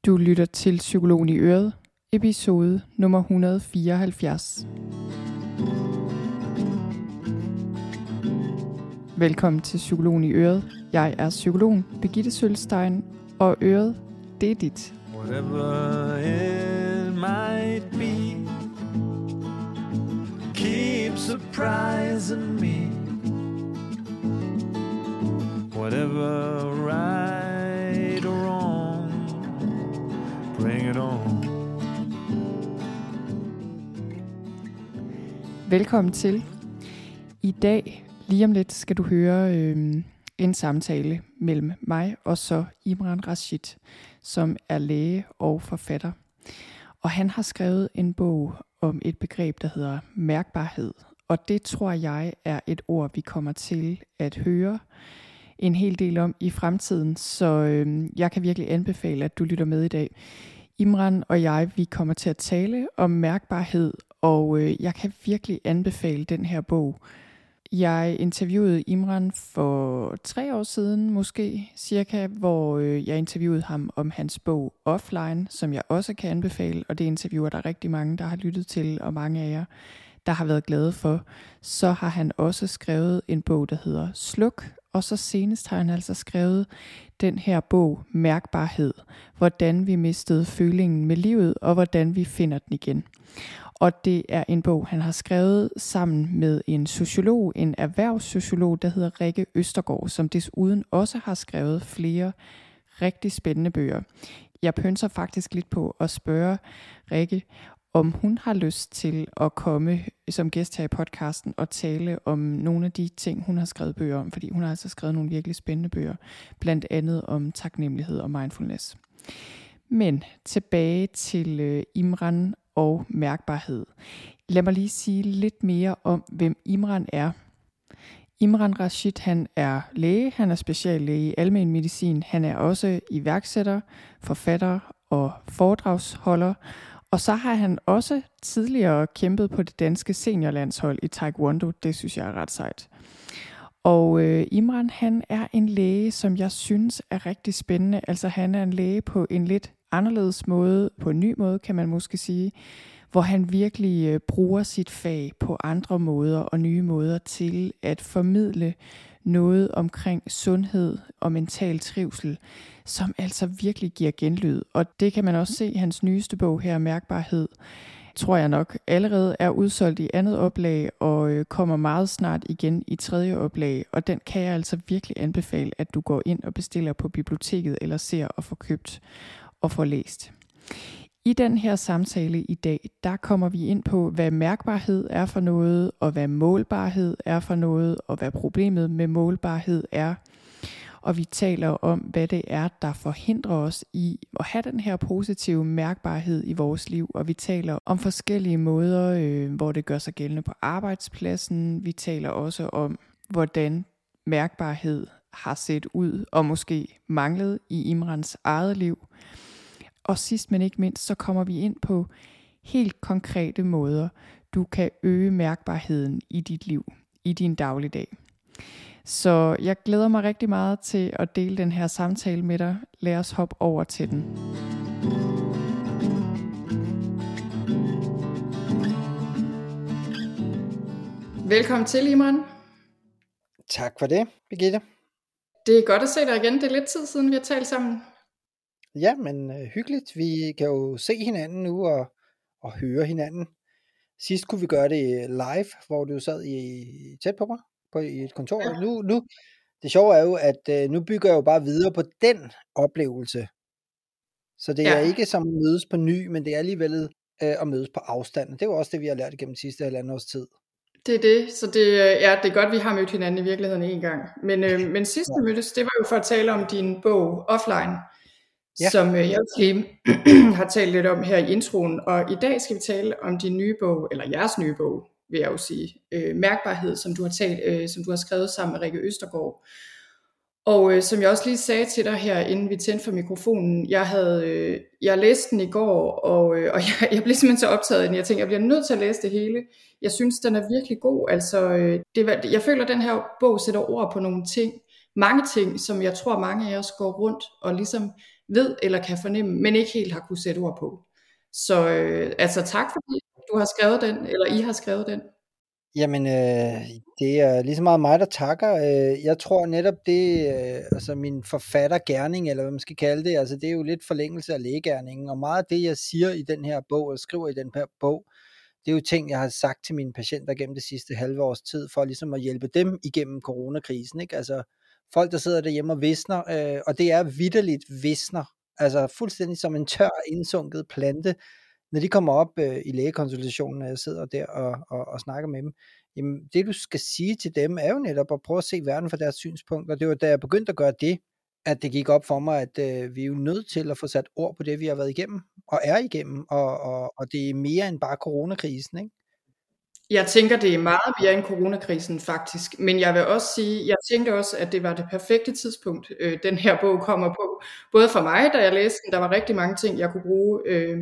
Du lytter til Psykologen i Øret, episode nummer 174. Velkommen til Psykologen i Øret. Jeg er psykologen Birgitte Sølstein, og Øret, det er dit. Whatever it might be, keep surprising me. Whatever right or wrong, bring it on. Velkommen til. I dag, lige om lidt, skal du høre en samtale mellem mig og så Imran Rashid, som er læge og forfatter. Og han har skrevet en bog om et begreb, der hedder mærkbarhed. Og det tror jeg er et ord, vi kommer til at høre en hel del om i fremtiden. Så jeg kan virkelig anbefale, at du lytter med i dag. Imran og jeg, vi kommer til at tale om mærkbarhed, og jeg kan virkelig anbefale den her bog. Jeg interviewede Imran for 3 år siden, måske cirka, hvor jeg interviewede ham om hans bog Offline, som jeg også kan anbefale, og det interviewer der rigtig mange, der har lyttet til, og mange af jer, der har været glade for. Så har han også skrevet en bog, der hedder Sluk, og så senest har han altså skrevet den her bog Mærkbarhed, hvordan vi mistede følingen med livet, og hvordan vi finder den igen. Og det er en bog, han har skrevet sammen med en sociolog, en erhvervssociolog, der hedder Rikke Østergaard, som desuden også har skrevet flere rigtig spændende bøger. Jeg pønser faktisk lidt på at spørge Rikke, om hun har lyst til at komme som gæst her i podcasten og tale om nogle af de ting, hun har skrevet bøger om, fordi hun har altså skrevet nogle virkelig spændende bøger, blandt andet om taknemmelighed og mindfulness. Men tilbage til Imran og mærkbarhed. Lad mig lige sige lidt mere om, hvem Imran er. Imran Rashid, han er læge, han er speciallæge i almen medicin, han er også iværksætter, forfatter og foredragsholder, og så har han også tidligere kæmpet på det danske seniorlandshold i Taekwondo. Det synes jeg er ret sejt. Og Imran, han er en læge, som jeg synes er rigtig spændende. Altså han er en læge på en lidt anderledes måde, på en ny måde kan man måske sige, hvor han virkelig bruger sit fag på andre måder og nye måder til at formidle noget omkring sundhed og mental trivsel, som altså virkelig giver genlyd. Og det kan man også se i hans nyeste bog her, Mærkbarhed, tror jeg nok allerede er udsolgt i 2. oplag og kommer meget snart igen i 3. oplag. Og den kan jeg altså virkelig anbefale, at du går ind og bestiller på biblioteket eller ser og får købt og får læst. I den her samtale i dag, der kommer vi ind på, hvad mærkbarhed er for noget, og hvad målbarhed er for noget, og hvad problemet med målbarhed er. Og vi taler om, hvad det er, der forhindrer os i at have den her positive mærkbarhed i vores liv. Og vi taler om forskellige måder, hvor det gør sig gældende på arbejdspladsen. Vi taler også om, hvordan mærkbarhed har set ud og måske manglet i Imrans eget liv. Og sidst men ikke mindst, så kommer vi ind på helt konkrete måder, du kan øge mærkbarheden i dit liv, i din dagligdag. Så jeg glæder mig rigtig meget til at dele den her samtale med dig. Lad os hoppe over til den. Velkommen til, Imran. Tak for det, Birgitte. Det er godt at se dig igen. Det er lidt tid siden, vi har talt sammen. Ja, men hyggeligt. Vi kan jo se hinanden nu og høre hinanden. Sidst kunne vi gøre det live, hvor du sad tæt på mig i et kontor. Ja. Nu, det sjove er jo, at nu bygger jeg jo bare videre på den oplevelse. Så det er ikke som at mødes på ny, men det er alligevel at mødes på afstand. Det er jo også det, vi har lært gennem de sidste 1,5 års tid. Det er det, så det er godt, vi har mødt hinanden i virkeligheden en gang. Men sidst vi mødtes, det var jo for at tale om din bog Offline, som jeg også lige har talt lidt om her i introen. Og i dag skal vi tale om din nye bog, eller jeres nye bog, vil jeg jo sige, Mærkbarhed, som du har skrevet sammen med Rikke Østergaard. Og som jeg også lige sagde til dig her, inden vi tændte for mikrofonen, jeg læste den i går, og jeg blev simpelthen så optaget af den. Jeg tænkte, jeg bliver nødt til at læse det hele. Jeg synes, den er virkelig god. Altså, jeg føler, at den her bog sætter ord på nogle ting, mange ting, som jeg tror, mange af os går rundt og ligesom ved eller kan fornemme, men ikke helt har kunne sætte ord på. Så altså tak fordi du har skrevet den, eller I har skrevet den. Jamen, det er lige så meget mig, der takker. Jeg tror netop det, altså min forfattergerning, eller hvad man skal kalde det, altså det er jo lidt forlængelse af lægegerningen, og meget af det, jeg siger i den her bog, og skriver i den her bog, det er jo ting, jeg har sagt til mine patienter gennem det sidste halve års tid, for ligesom at hjælpe dem igennem coronakrisen, ikke? Altså folk, der sidder derhjemme og visner, og det er vitterligt visner, altså fuldstændig som en tør, indsunket plante, når de kommer op i lægekonsultationen, når jeg sidder der og snakker med dem, jamen det du skal sige til dem, er jo netop at prøve at se verden fra deres synspunkt, og det var da jeg begyndte at gøre det, at det gik op for mig, at vi er jo nødt til at få sat ord på det, vi har været igennem, og er igennem, og det er mere end bare coronakrisen, ikke? Jeg tænker, det er meget mere end coronakrisen faktisk, men jeg vil også sige, jeg tænkte også, at det var det perfekte tidspunkt, den her bog kommer på. Både for mig, da jeg læste den, der var rigtig mange ting, jeg kunne bruge,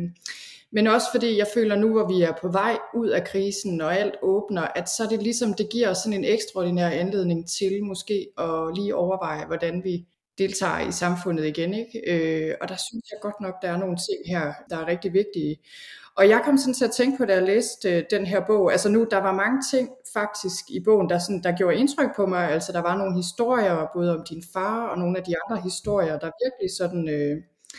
men også fordi jeg føler nu, hvor vi er på vej ud af krisen, og alt åbner, at så er det ligesom, det giver os sådan en ekstraordinær anledning til måske at lige overveje, hvordan vi deltager i samfundet igen, ikke? Og der synes jeg godt nok, der er nogle ting her, der er rigtig vigtige. Og jeg kom sådan til at tænke på, da jeg læste den her bog, altså nu, der var mange ting faktisk i bogen, der gjorde indtryk på mig, altså der var nogle historier, både om din far, og nogle af de andre historier, der virkelig sådan,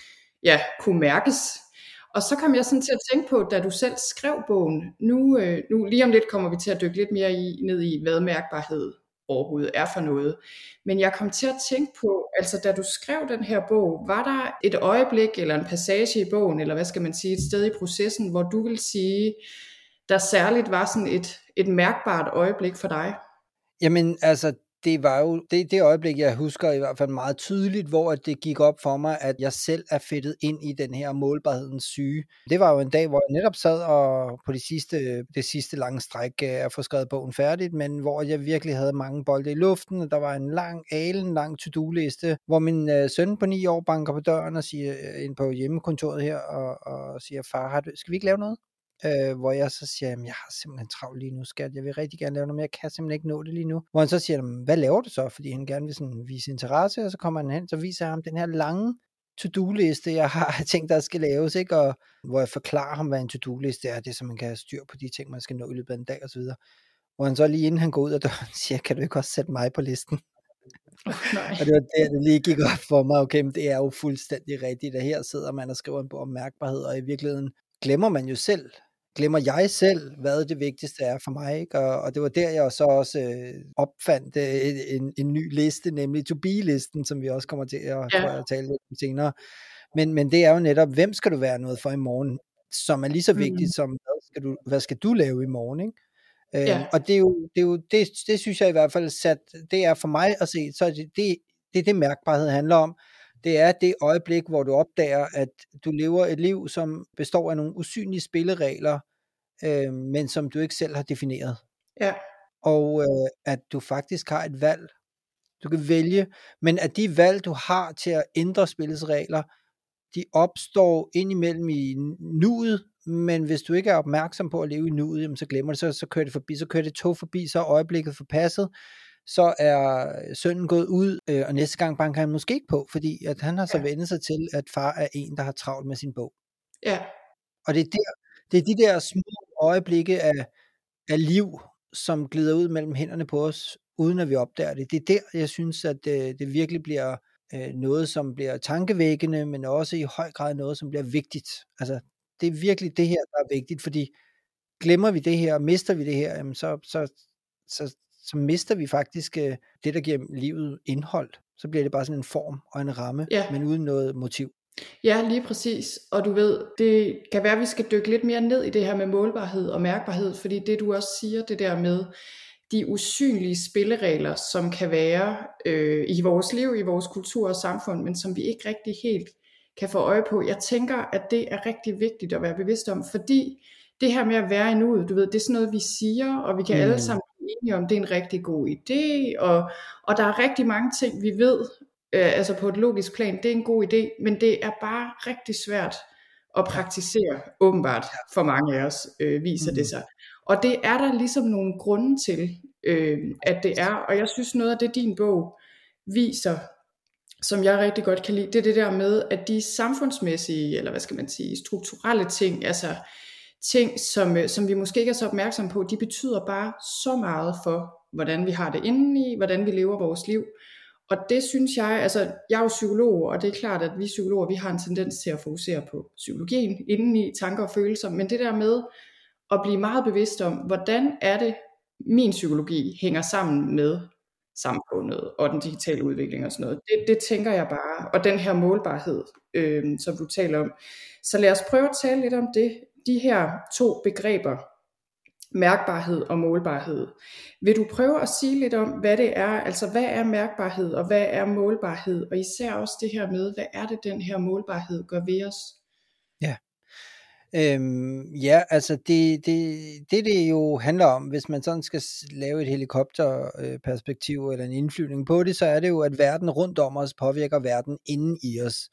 kunne mærkes. Og så kom jeg sådan til at tænke på, da du selv skrev bogen, nu lige om lidt kommer vi til at dykke lidt mere ned i, hvad mærkbarhed overhovedet er for noget. Men jeg kom til at tænke på, altså da du skrev den her bog, var der et øjeblik eller en passage i bogen, eller hvad skal man sige, et sted i processen, hvor du vil sige, der særligt var sådan et mærkbart øjeblik for dig? Jamen, altså, det var jo det øjeblik, jeg husker i hvert fald meget tydeligt, hvor det gik op for mig, at jeg selv er fedtet ind i den her målbarhedens syge. Det var jo en dag, hvor jeg netop sad og på det sidste lange stræk at få skrevet bogen færdigt, men hvor jeg virkelig havde mange bolde i luften, og der var en lang to-do-liste, hvor min søn på 9 år banker på døren og siger ind på hjemmekontoret her og siger, far, skal vi ikke lave noget? Hvor jeg så siger, jeg har simpelthen travlt lige nu, skat, jeg vil rigtig gerne lave noget, men jeg kan simpelthen ikke nå det lige nu. Hvor han så siger, hvad laver du så? Fordi han gerne vil sådan vise interesse, og så kommer han hen, så viser jeg ham den her lange to-do-liste, jeg har tænkt, der skal laves, ikke? Og hvor jeg forklarer ham, hvad en to-do-liste er, det er, så man kan have styr på de ting, man skal nå i løbet af en dag, og så videre. Hvor han så lige inden han går ud af døren, siger, kan du ikke også sætte mig på listen? Nej. Og det var der, det lige gik op for mig, okay, men det er jo fuldstændig rigtigt, at her sidder man og skriver en bog om mærkbarhed, og i virkeligheden glemmer jeg selv, hvad det vigtigste er for mig, ikke? Og det var der, jeg så også opfandt en ny liste, nemlig to-be-listen, som vi også kommer til at tale lidt om senere. Men det er jo netop, hvem skal du være noget for i morgen, som er lige så vigtigt som, hvad skal du lave i morgen, ikke? Og det synes jeg i hvert fald, det er for mig at se, så det mærkbarhed handler om. Det er det øjeblik, hvor du opdager, at du lever et liv, som består af nogle usynlige spilleregler, men som du ikke selv har defineret. Ja. Og at du faktisk har et valg. Du kan vælge, men at de valg, du har til at ændre spillets regler, de opstår indimellem i nuet, men hvis du ikke er opmærksom på at leve i nuet, jamen, så glemmer det, så kører det forbi, så kører det tog forbi, så er øjeblikket forpasset, så er sønnen gået ud, og næste gang banker han måske ikke på, fordi at han har så vendt sig til, at far er en, der har travlt med sin bog. Ja. Og det er de der små øjeblikke af liv, som glider ud mellem hænderne på os, uden at vi opdager det. Det er der, jeg synes, at det virkelig bliver noget, som bliver tankevækkende, men også i høj grad noget, som bliver vigtigt. Altså, det er virkelig det her, der er vigtigt, fordi glemmer vi det her, mister vi det her, jamen så mister vi faktisk det, der giver livet indhold. Så bliver det bare sådan en form og en ramme, men uden noget motiv. Ja, lige præcis. Og du ved, det kan være, at vi skal dykke lidt mere ned i det her med målbarhed og mærkbarhed, fordi det du også siger, det der med de usynlige spilleregler, som kan være i vores liv, i vores kultur og samfund, men som vi ikke rigtig helt kan få øje på. Jeg tænker, at det er rigtig vigtigt at være bevidst om, fordi det her med at være i nuet, du ved, det er sådan noget, vi siger, og vi kan alle sammen blive enige om, det er en rigtig god idé, og der er rigtig mange ting, vi ved, altså på et logisk plan, det er en god idé, men det er bare rigtig svært at praktisere, åbenbart for mange af os, viser det sig. Og det er der ligesom nogle grunde til, at det er, og jeg synes noget af det, din bog viser, som jeg rigtig godt kan lide, det er det der med, at de samfundsmæssige, eller hvad skal man sige, strukturelle ting, altså ting, som vi måske ikke er så opmærksomme på, de betyder bare så meget for, hvordan vi har det indeni, hvordan vi lever vores liv. Og det synes jeg, altså jeg er jo psykolog, og det er klart, at vi psykologer, vi har en tendens til at fokusere på psykologien indeni, tanker og følelser, men det der med at blive meget bevidst om, hvordan er det, min psykologi hænger sammen med samfundet og den digitale udvikling og sådan noget. Det tænker jeg bare, og den her målbarhed, som du taler om. Så lad os prøve at tale lidt om det, de her to begreber, mærkbarhed og målbarhed. Vil du prøve at sige lidt om, hvad det er, altså hvad er mærkbarhed, og hvad er målbarhed, og især også det her med, hvad er det, den her målbarhed gør ved os? Ja. Ja, altså det jo handler om, hvis man sådan skal lave et helikopterperspektiv eller en indflyvning på det, så er det jo, at verden rundt om os påvirker verden inden i os.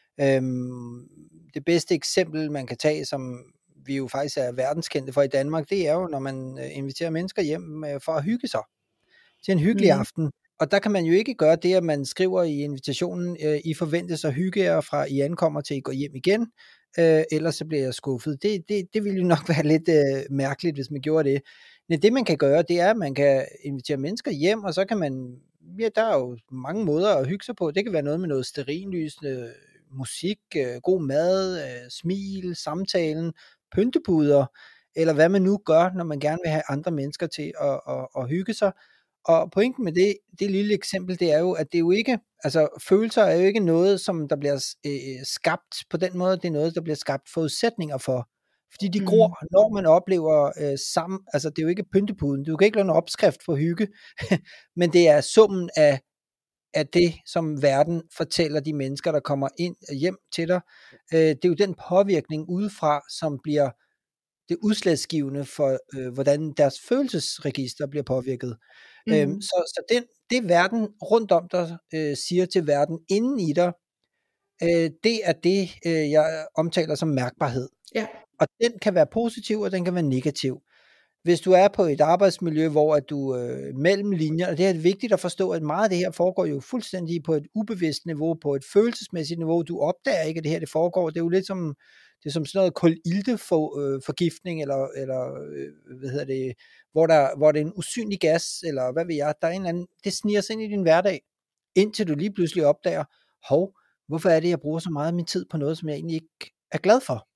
Det bedste eksempel, man kan tage, som vi jo faktisk er verdenskendte for i Danmark, det er jo, når man inviterer mennesker hjem for at hygge sig til en hyggelig aften. Og der kan man jo ikke gøre det, at man skriver i invitationen, I forventes at hygge jer fra I ankommer til I går hjem igen, ellers så bliver jeg skuffet. Det ville jo nok være lidt mærkeligt, hvis man gjorde det. Men det man kan gøre, det er, at man kan invitere mennesker hjem, og så kan man, ja, der er jo mange måder at hygge sig på. Det kan være noget med noget stearinlys, musik, god mad, smil, samtalen, pyntepuder, eller hvad man nu gør, når man gerne vil have andre mennesker til at hygge sig. Og pointen med det lille eksempel, det er jo, at det er jo ikke, altså følelser er jo ikke noget, som der bliver skabt på den måde, det er noget, der bliver skabt forudsætninger for. Fordi de gror, når man oplever sammen, altså det er jo ikke pyntepuden, du kan ikke lave en opskrift for hygge, men det er summen af det, som verden fortæller de mennesker, der kommer ind hjem til dig. Det er jo den påvirkning udefra, som bliver det udslagsgivende for, hvordan deres følelsesregister bliver påvirket. Så det verden rundt om dig siger til verden inden i dig, det er det, jeg omtaler som mærkbarhed. Ja. Og den kan være positiv, og den kan være negativ. Hvis du er på et arbejdsmiljø, hvor at du mellem linjer, og det er vigtigt at forstå, at meget af det her foregår jo fuldstændig på et ubevidst niveau, på et følelsesmæssigt niveau. Du opdager ikke, at det her det foregår. Det er jo lidt som, det er som sådan noget kulilteforgiftning, eller hvad hedder det, hvor det er en usynlig gas, eller hvad ved jeg, der er en eller anden, det sniger sig ind i din hverdag, indtil du lige pludselig opdager, hvorfor er det, jeg bruger så meget af min tid på noget, som jeg egentlig ikke er glad for?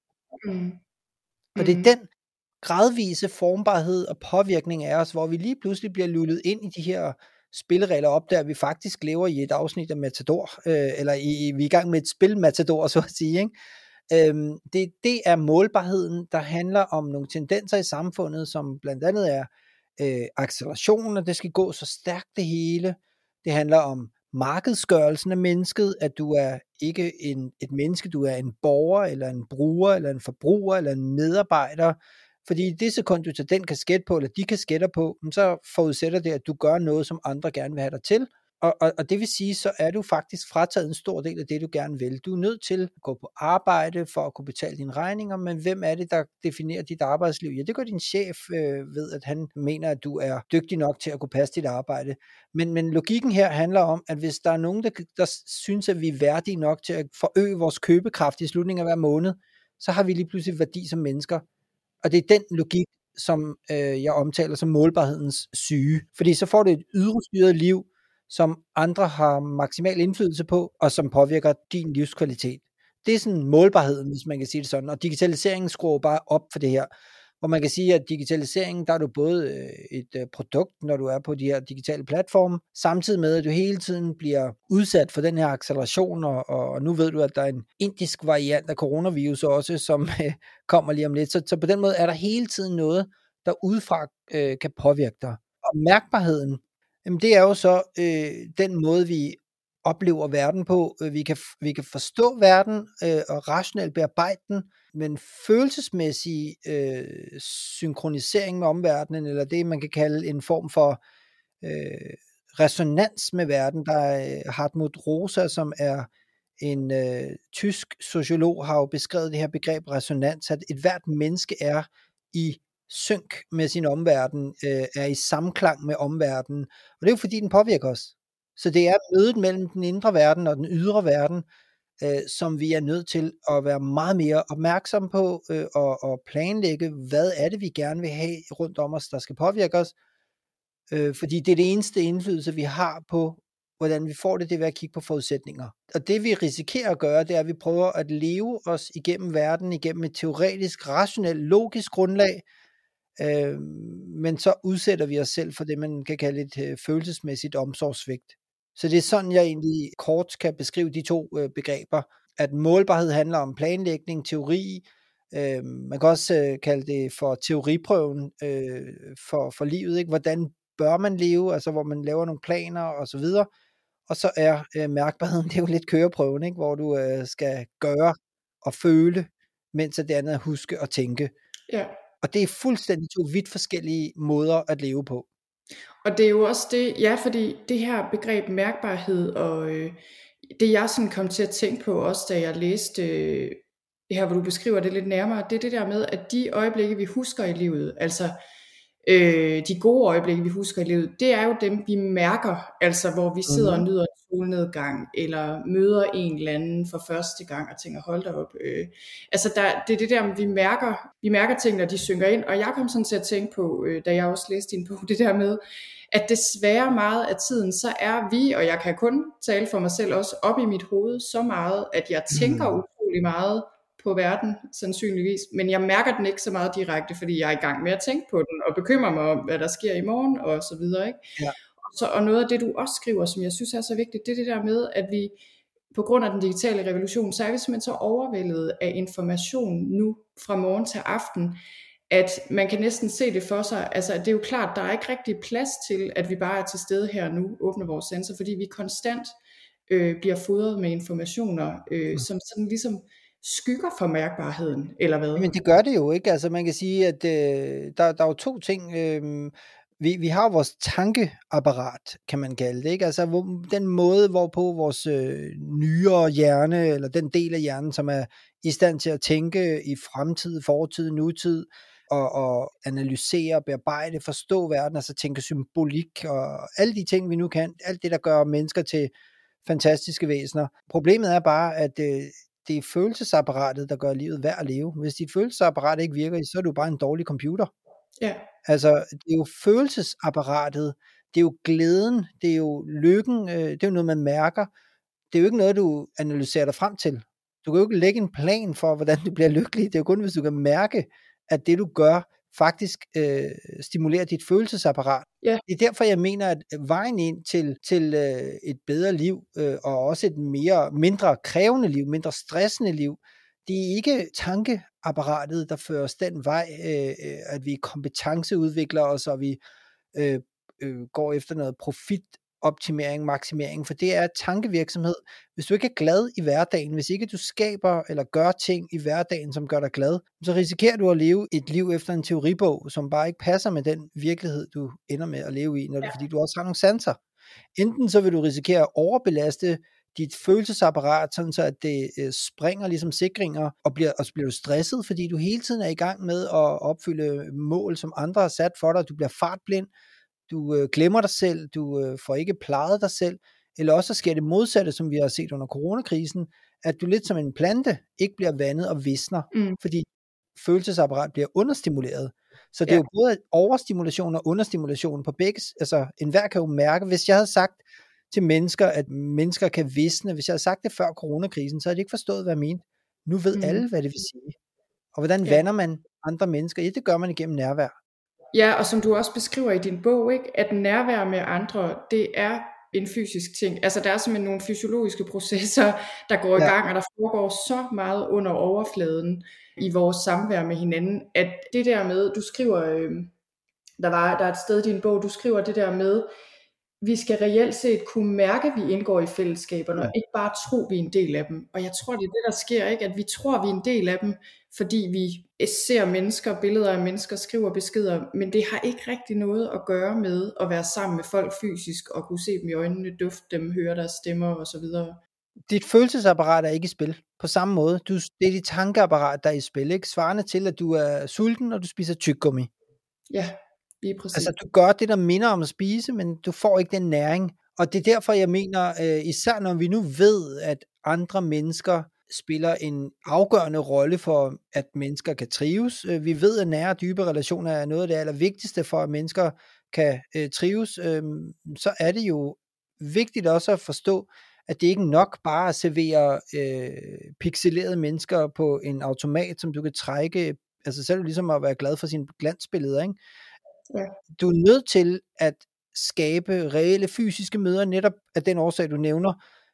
Og det er den gradvise formbarhed og påvirkning af os, hvor vi lige pludselig bliver lullet ind i de her spilleregler op, der vi faktisk lever i et afsnit af Matador, eller vi er i gang med et spil Matador, så at sige, ikke? Det er målbarheden, der handler om nogle tendenser i samfundet, som blandt andet er acceleration, og det skal gå så stærkt det hele. Det handler om markedsgørelsen af mennesket, at du er ikke et menneske, du er en borger, eller en bruger, eller en forbruger, eller en medarbejder. Fordi i det sekund, du tager den kasket på, eller de kasketter på, så forudsætter det, at du gør noget, som andre gerne vil have dig til. Og det vil sige, så er du faktisk frataget en stor del af det, du gerne vil. Du er nødt til at gå på arbejde for at kunne betale dine regninger, men hvem er det, der definerer dit arbejdsliv? Ja, det gør din chef ved, at han mener, at du er dygtig nok til at kunne passe dit arbejde. Men logikken her handler om, at hvis der er nogen, der synes, at vi er værdige nok til at forøge vores købekraft i slutningen af hver måned, så har vi lige pludselig værdi som mennesker. Og det er den logik, som jeg omtaler som målbarhedens syge. Fordi så får du et ydrestyret liv, som andre har maksimal indflydelse på, og som påvirker din livskvalitet. Det er sådan målbarheden, hvis man kan sige det sådan. Og digitaliseringen skruer bare op for det her. Hvor man kan sige, at digitaliseringen, der er du både et produkt, når du er på de her digitale platforme, samtidig med, at du hele tiden bliver udsat for den her acceleration, og nu ved du, at der er en indisk variant af coronavirus også, som kommer lige om lidt. Så på den måde er der hele tiden noget, der udefra kan påvirke dig. Og mærkbarheden, jamen det er jo så den måde, vi oplever verden på. Vi kan forstå verden og rationelt bearbejde den, men følelsesmæssig synkronisering med omverdenen, eller det man kan kalde en form for resonans med verden, der er Hartmut Rosa, som er en tysk sociolog, har jo beskrevet det her begreb resonans, at et hvert menneske er i synk med sin omverden, er i samklang med omverdenen, og det er jo fordi den påvirker os. Så det er mødet mellem den indre verden og den ydre verden, som vi er nødt til at være meget mere opmærksom på, og planlægge, hvad er det, vi gerne vil have rundt om os, der skal påvirke os. Fordi det er det eneste indflydelse, vi har på, hvordan vi får det, det er ved at kigge på forudsætninger. Og det vi risikerer at gøre, det er, at vi prøver at leve os igennem verden, igennem et teoretisk, rationelt, logisk grundlag, men så udsætter vi os selv for det, man kan kalde et følelsesmæssigt omsorgssvigt. Så det er sådan, jeg egentlig kort kan beskrive de to begreber, at målbarhed handler om planlægning, teori, man kan også kalde det for teoriprøven for livet, ikke? Hvordan bør man leve, altså hvor man laver nogle planer og så videre, og så er mærkbarheden, det er jo lidt køreprøven, ikke? Hvor du skal gøre og føle, mens det andet er huske og tænke. Ja. Og det er fuldstændig to vidt forskellige måder at leve på. Og det er jo også det, ja, fordi det her begreb mærkbarhed, og det jeg sådan kom til at tænke på også, da jeg læste her, hvor du beskriver det lidt nærmere, det er det der med, at de øjeblikke, vi husker i livet, altså de gode øjeblikke, vi husker i livet, det er jo dem, vi mærker, altså hvor vi sidder og nyder en solnedgang, eller møder en eller anden for første gang, og tænker, hold da op. Altså det er det der, vi mærker ting, når de synker ind, og jeg kom sådan til at tænke på, da jeg også læste din bog, det der med, at desværre meget af tiden, så er vi, og jeg kan kun tale for mig selv også, op i mit hoved så meget, at jeg tænker utrolig meget på verden, sandsynligvis, men jeg mærker den ikke så meget direkte, fordi jeg er i gang med at tænke på den, og bekymrer mig om, hvad der sker i morgen, og så videre, ikke? Ja. Og noget af det, du også skriver, som jeg synes er så vigtigt, det er det der med, at vi, på grund af den digitale revolution, så er vi simpelthen så overvældet af information nu, fra morgen til aften, at man kan næsten se det for sig, altså det er jo klart, der er ikke rigtig plads til, at vi bare er til stede her nu, åbner vores sanser, fordi vi konstant bliver fodret med informationer, som sådan ligesom skygger for mærkbarheden, eller hvad? Men det gør det jo ikke, altså man kan sige, at der er jo to ting, vi har vores tankeapparat, kan man kalde det, ikke? Altså den måde, hvorpå vores nyere hjerne, eller den del af hjernen, som er i stand til at tænke i fremtid, fortid, nutid, og analysere, bearbejde, forstå verden, altså tænke symbolik, og alle de ting, vi nu kan, alt det, der gør mennesker til fantastiske væsener. Problemet er bare, at det er følelsesapparatet, der gør livet værd at leve. Hvis dit følelsesapparat ikke virker, så er du bare en dårlig computer. Ja. Altså, det er jo følelsesapparatet, det er jo glæden, det er jo lykken, det er jo noget, man mærker. Det er jo ikke noget, du analyserer dig frem til. Du kan jo ikke lægge en plan for, hvordan du bliver lykkelig. Det er jo kun, hvis du kan mærke, at det, du gør, faktisk stimulerer dit følelsesapparat. Ja. Det er derfor, jeg mener, at vejen ind til et bedre liv, og også et mindre krævende liv, mindre stressende liv, det er ikke tankeapparatet, der fører os den vej, at vi kompetenceudvikler os, og vi går efter noget profitoptimering, maksimering, for det er tankevirksomhed. Hvis du ikke er glad i hverdagen, hvis ikke du skaber eller gør ting i hverdagen, som gør dig glad, så risikerer du at leve et liv efter en teoribog, som bare ikke passer med den virkelighed, du ender med at leve i, fordi du også har nogle sanser. Enten så vil du risikere at overbelaste dit følelsesapparat, sådan så at det springer ligesom sikringer, og så bliver du stresset, fordi du hele tiden er i gang med at opfylde mål, som andre har sat for dig. Du bliver fartblind, du glemmer dig selv, du får ikke plejet dig selv, eller også sker det modsatte, som vi har set under coronakrisen, at du lidt som en plante ikke bliver vandet og visner, fordi følelsesapparat bliver understimuleret. Så det er jo både overstimulation og understimulation på begge, altså enhver kan jo mærke, hvis jeg havde sagt til mennesker, at mennesker kan visne, hvis jeg havde sagt det før coronakrisen, så havde de ikke forstået, hvad jeg mente. Nu ved alle, hvad det vil sige. Og hvordan vander man andre mennesker? Ja, det gør man igennem nærvær. Ja, og som du også beskriver i din bog, ikke, at nærvær med andre, det er en fysisk ting. Altså der er simpelthen nogle fysiologiske processer, der går i gang, og der foregår så meget under overfladen i vores samvær med hinanden, at det der med, du skriver, der er et sted i din bog, du skriver det der med, vi skal reelt set kunne mærke, at vi indgår i fællesskaberne, og ikke bare tro, vi er en del af dem. Og jeg tror, det er det, der sker, ikke? At vi tror, vi er en del af dem, fordi vi ser mennesker, billeder af mennesker, skriver beskeder, men det har ikke rigtig noget at gøre med at være sammen med folk fysisk, og kunne se dem i øjnene, dufte dem, høre deres stemmer osv. Dit følelsesapparat er ikke i spil. På samme måde. Det er dit tankeapparat, der er i spil, ikke? Svarende til, at du er sulten, og du spiser tyggegummi. Ja, lige præcis. Altså, du gør det, der minder om at spise, men du får ikke den næring. Og det er derfor, jeg mener, især når vi nu ved, at andre mennesker spiller en afgørende rolle for, at mennesker kan trives. Vi ved, at nære og dybe relationer er noget af det allervigtigste for, at mennesker kan trives. Så er det jo vigtigt også at forstå, at det ikke er nok bare at servere pixelerede mennesker på en automat, som du kan trække, altså selv ligesom at være glad for sine glansbilleder, ikke? Ja. Du er nødt til at skabe reelle fysiske møder, netop af den årsag, du nævner,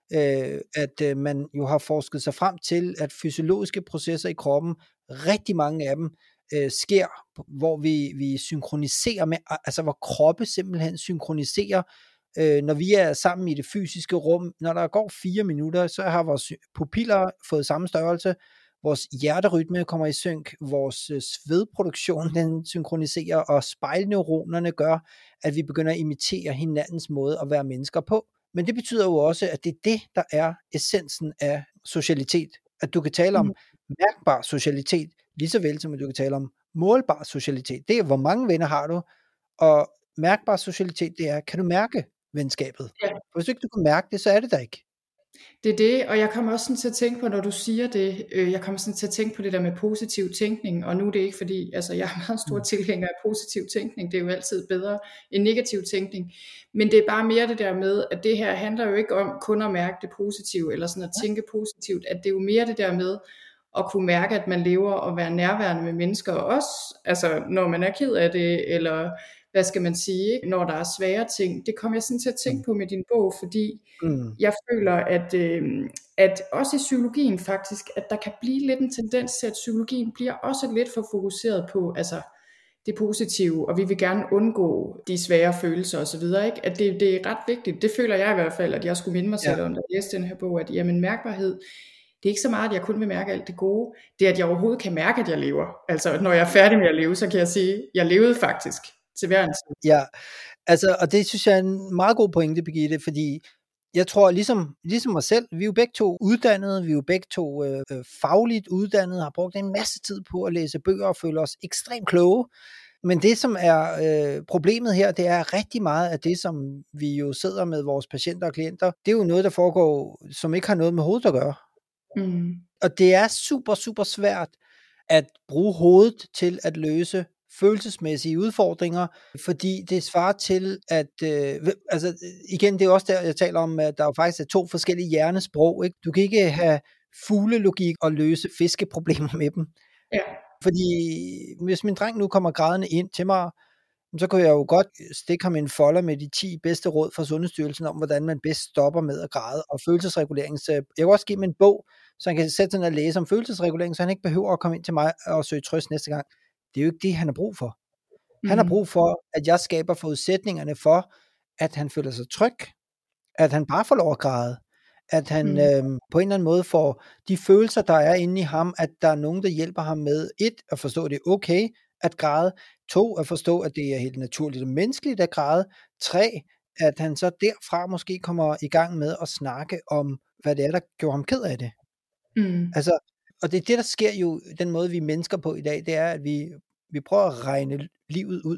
at man jo har forsket sig frem til, at fysiologiske processer i kroppen, rigtig mange af dem, sker, hvor vi synkroniserer med, altså hvor kroppe simpelthen synkroniserer, når vi er sammen i det fysiske rum. Når der går 4 minutter, så har vores pupiller fået samme størrelse, vores hjerterytme kommer i synk, vores svedproduktion den synkroniserer, og spejlneuronerne gør, at vi begynder at imitere hinandens måde at være mennesker på. Men det betyder jo også, at det er det, der er essensen af socialitet. At du kan tale om mærkbar socialitet, lige så vel som at du kan tale om målbar socialitet. Det er, hvor mange venner har du, og mærkbar socialitet, det er, kan du mærke venskabet? Ja. Hvis ikke du kan mærke det, så er det der ikke. Det er det, og jeg kommer også sådan til at tænke på, når du siger det, jeg kommer sådan til at tænke på det der med positiv tænkning, og nu er det ikke fordi, altså jeg er meget stor tilhænger af positiv tænkning, det er jo altid bedre end negativ tænkning, men det er bare mere det der med, at det her handler jo ikke om kun at mærke det positive, eller sådan at tænke positivt, at det er jo mere det der med, at kunne mærke, at man lever og være nærværende med mennesker også, altså når man er ked af det, eller hvad skal man sige, ikke? Når der er svære ting. Det kommer jeg sådan til at tænke på med din bog, fordi jeg føler, at også i psykologien faktisk, at der kan blive lidt en tendens til, at psykologien bliver også lidt for fokuseret på altså det positive, og vi vil gerne undgå de svære følelser osv., ikke? At det er ret vigtigt. Det føler jeg i hvert fald, at jeg skulle minde mig selv om, da jeg læste den her bog, at jamen mærkbarhed, det er ikke så meget, at jeg kun vil mærke alt det gode. Det er, at jeg overhovedet kan mærke, at jeg lever. Altså, når jeg er færdig med at leve, så kan jeg sige, at jeg levede faktisk til hver en tid. Ja, altså, og det synes jeg er en meget god pointe, Birgitte, fordi jeg tror, ligesom mig selv, vi er jo begge to uddannede, vi er jo begge to fagligt uddannede, har brugt en masse tid på at læse bøger og føle os ekstremt kloge. Men det, som er problemet her, det er rigtig meget af det, som vi jo sidder med vores patienter og klienter. Det er jo noget, der foregår, som ikke har noget med hovedet at gøre. Og det er super, super svært at bruge hovedet til at løse følelsesmæssige udfordringer, fordi det svarer til, at altså igen, det er også der, jeg taler om, at der jo faktisk er 2 forskellige hjernesprog, ikke? Du kan ikke have fuglelogik og løse fiskeproblemer med dem. Ja. Fordi hvis min dreng nu kommer grædende ind til mig, så kan jeg jo godt stikke ham en folder med de 10 bedste råd fra Sundhedsstyrelsen om, hvordan man bedst stopper med at græde, og følelsesregulering. Så jeg kan også give ham en bog, så han kan sætte sig ned og læse om følelsesregulering, så han ikke behøver at komme ind til mig og søge trøst næste gang. Det er jo ikke det, han har brug for. Han har brug for, at jeg skaber forudsætningerne for, at han føler sig tryg, at han bare får lov at græde, at han på en eller anden måde får de følelser, der er inde i ham, at der er nogen, der hjælper ham med 1, at forstå, at det er okay at græde, 2, at forstå, at det er helt naturligt og menneskeligt at græde, 3, at han så derfra måske kommer i gang med at snakke om, hvad det er, der gjorde ham ked af det. Altså, og det er det, der sker jo, den måde vi er mennesker på i dag, det er, at vi prøver at regne livet ud.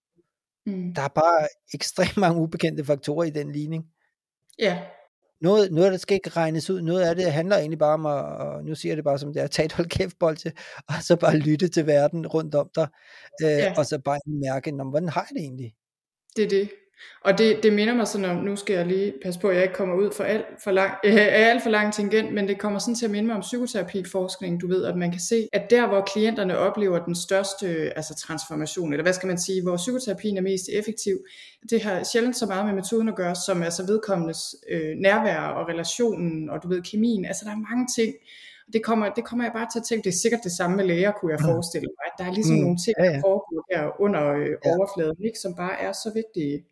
Der er bare ekstremt mange ubekendte faktorer i den ligning. Ja. Noget der skal ikke regnes ud, noget af det handler egentlig bare om og nu siger jeg det bare som det er, tage et hold kæft bolde, og så bare lytte til verden rundt om dig, og så bare mærke, hvordan har jeg det egentlig? Det er det. Og det minder mig sådan om, nu skal jeg lige passe på, at jeg ikke kommer ud for alt for lang tangent, men det kommer sådan til at minde mig om psykoterapiforskning, du ved, at man kan se, at der hvor klienterne oplever den største transformation, eller hvad skal man sige, hvor psykoterapien er mest effektiv, det har sjældent så meget med metoden at gøre, som altså vedkommendes nærvær og relationen, og du ved, kemien, altså der er mange ting. Det kommer jeg bare til at tænke, det er sikkert det samme med læger, kunne jeg forestille mig, at der er ligesom nogle ting, der foregår der under overfladen, ikke, som bare er så vigtige.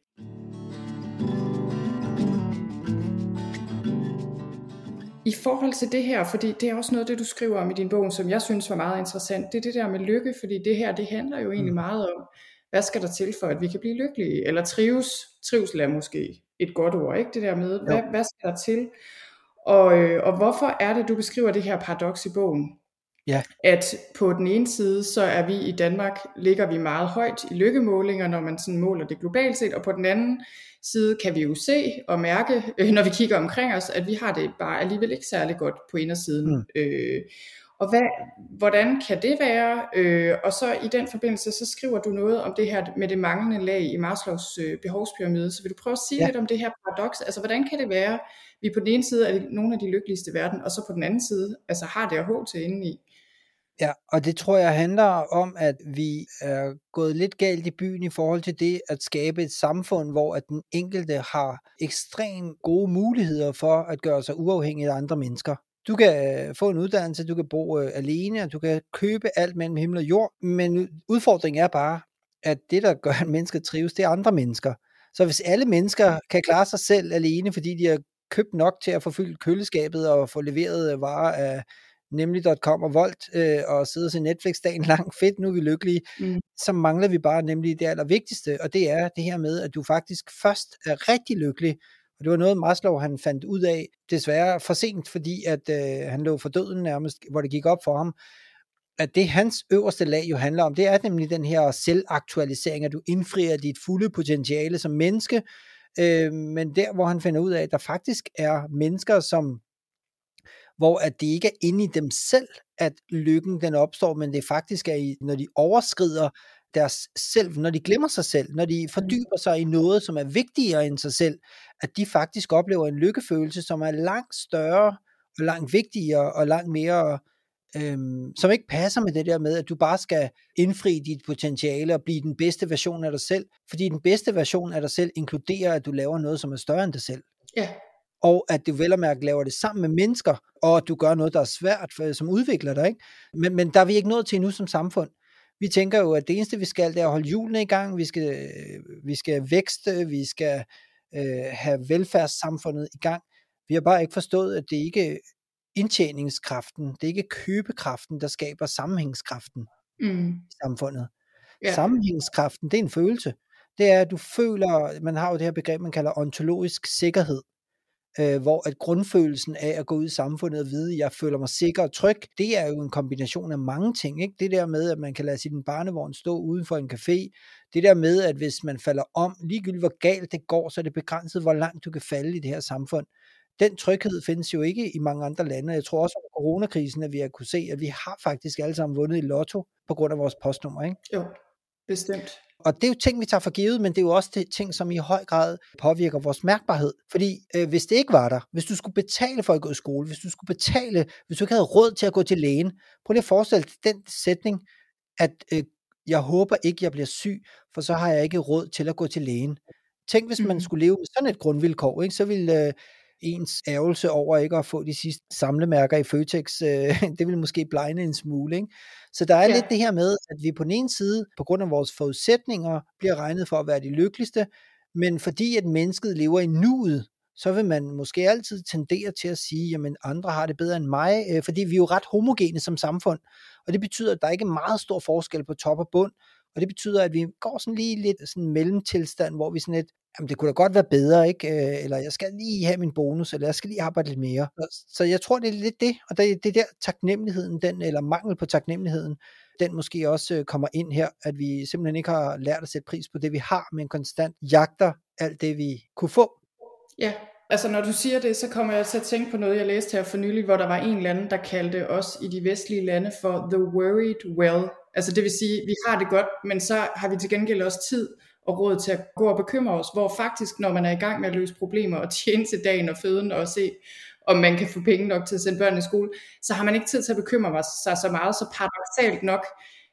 I forhold til det her, fordi det er også noget det du skriver om i din bog, som jeg synes var meget interessant, det er det der med lykke, fordi det her, det handler jo egentlig meget om, hvad skal der til for, at vi kan blive lykkelige, eller trives. Trivsel er måske et godt ord, ikke? Det der med, hvad skal der til? Og hvorfor er det, du beskriver det her paradoks i bogen? Ja. At på den ene side, så er vi i Danmark, ligger vi meget højt i lykkemålinger, når man sådan måler det globalt set, og på den anden side kan vi jo se og mærke, når vi kigger omkring os, at vi har det bare alligevel ikke særlig godt på indersiden. Og hvordan kan det være? Og så i den forbindelse, så skriver du noget om det her med det manglende lag i Maslows behovspyramide. Så vil du prøve at sige lidt om det her paradoks? Altså, hvordan kan det være, vi på den ene side er nogle af de lykkeligste i verden, og så på den anden side altså har det at håbe til indeni? Ja, og det tror jeg handler om, at vi er gået lidt galt i byen i forhold til det at skabe et samfund, hvor at den enkelte har ekstremt gode muligheder for at gøre sig uafhængig af andre mennesker. Du kan få en uddannelse, du kan bo alene, og du kan købe alt mellem himmel og jord, men udfordringen er bare, at det, der gør, at mennesker trives, det er andre mennesker. Så hvis alle mennesker kan klare sig selv alene, fordi de har købt nok til at få fyldt køleskabet og få leveret varer af nemlig.com og Volt og sidde og se Netflix dagen lang, fedt, nu er vi lykkelige, så mangler vi bare nemlig det allervigtigste, og det er det her med, at du faktisk først er rigtig lykkelig, og det var noget Maslow han fandt ud af, desværre for sent, fordi at han lå for døden nærmest, hvor det gik op for ham, at det hans øverste lag jo handler om, det er nemlig den her selvaktualisering, at du indfrier dit fulde potentiale som menneske, men der hvor han finder ud af, at der faktisk er mennesker, hvor at det ikke er inde i dem selv, at lykken den opstår, men det faktisk er når de overskrider deres selv, når de glemmer sig selv, når de fordyber sig i noget, som er vigtigere end sig selv, at de faktisk oplever en lykkefølelse, som er langt større, og langt vigtigere, og langt mere, som ikke passer med det der med, at du bare skal indfri dit potentiale, og blive den bedste version af dig selv, fordi den bedste version af dig selv inkluderer, at du laver noget, som er større end dig selv. Ja. Og at du vel og mærke laver det sammen med mennesker, og at du gør noget, der er svært, som udvikler dig, ikke? Men der er vi ikke nået til endnu som samfund. Vi tænker jo, at det eneste vi skal, det er at holde hjulene i gang, vi skal vækste, vi skal have velfærdssamfundet i gang. Vi har bare ikke forstået, at det ikke er indtjeningskraften, det er ikke købekraften, der skaber sammenhængskraften i samfundet. Ja. Sammenhængskraften, det er en følelse. Det er, at du føler, man har jo det her begreb, man kalder ontologisk sikkerhed, hvor at grundfølelsen af at gå ud i samfundet og vide, at jeg føler mig sikker og tryg, det er jo en kombination af mange ting, ikke? Det der med, at man kan lade sin barnevogn stå uden for en café, det der med, at hvis man falder om, ligegyldigt hvor galt det går, så er det begrænset, hvor langt du kan falde i det her samfund. Den tryghed findes jo ikke i mange andre lande. Jeg tror også under coronakrisen, at vi har kunne se, at vi har faktisk alle sammen vundet i lotto på grund af vores postnummer, ikke? Jo, bestemt. Og det er jo ting, vi tager for givet, men det er jo også ting, som i høj grad påvirker vores mærkbarhed. Fordi hvis det ikke var der, hvis du skulle betale for at gå i skole, hvis du ikke havde råd til at gå til lægen, prøv lige at forestille dig den sætning, at jeg håber ikke, jeg bliver syg, for så har jeg ikke råd til at gå til lægen. Tænk, hvis man skulle leve med sådan et grundvilkår, ikke? Så ville ens ærgelse over ikke at få de sidste samlemærker i Føtex, det ville måske blegne en smule, ikke? Så der er lidt det her med, at vi på den ene side, på grund af vores forudsætninger, bliver regnet for at være de lykkeligste, men fordi at mennesket lever i nuet, så vil man måske altid tendere til at sige, jamen andre har det bedre end mig, fordi vi er jo ret homogene som samfund, og det betyder, at der ikke er meget stor forskel på top og bund, og det betyder, at vi går sådan lige lidt sådan en mellemtilstand, hvor vi sådan lidt, jamen det kunne da godt være bedre, ikke? Eller jeg skal lige have min bonus, eller jeg skal lige arbejde lidt mere. Så jeg tror, det er lidt det, og det er der taknemmeligheden, eller mangel på taknemmeligheden, den måske også kommer ind her, at vi simpelthen ikke har lært at sætte pris på det, vi har, men konstant jagter alt det, vi kunne få. Ja, altså når du siger det, så kommer jeg til at tænke på noget, jeg læste her for nylig, hvor der var en eller anden, der kaldte os i de vestlige lande for the worried well. Altså det vil sige, vi har det godt, men så har vi til gengæld også tid og råd til at gå og bekymre os, hvor faktisk, når man er i gang med at løse problemer og tjene til dagen og føden og se, om man kan få penge nok til at sende børn i skole, så har man ikke tid til at bekymre sig så meget, så paradoksalt nok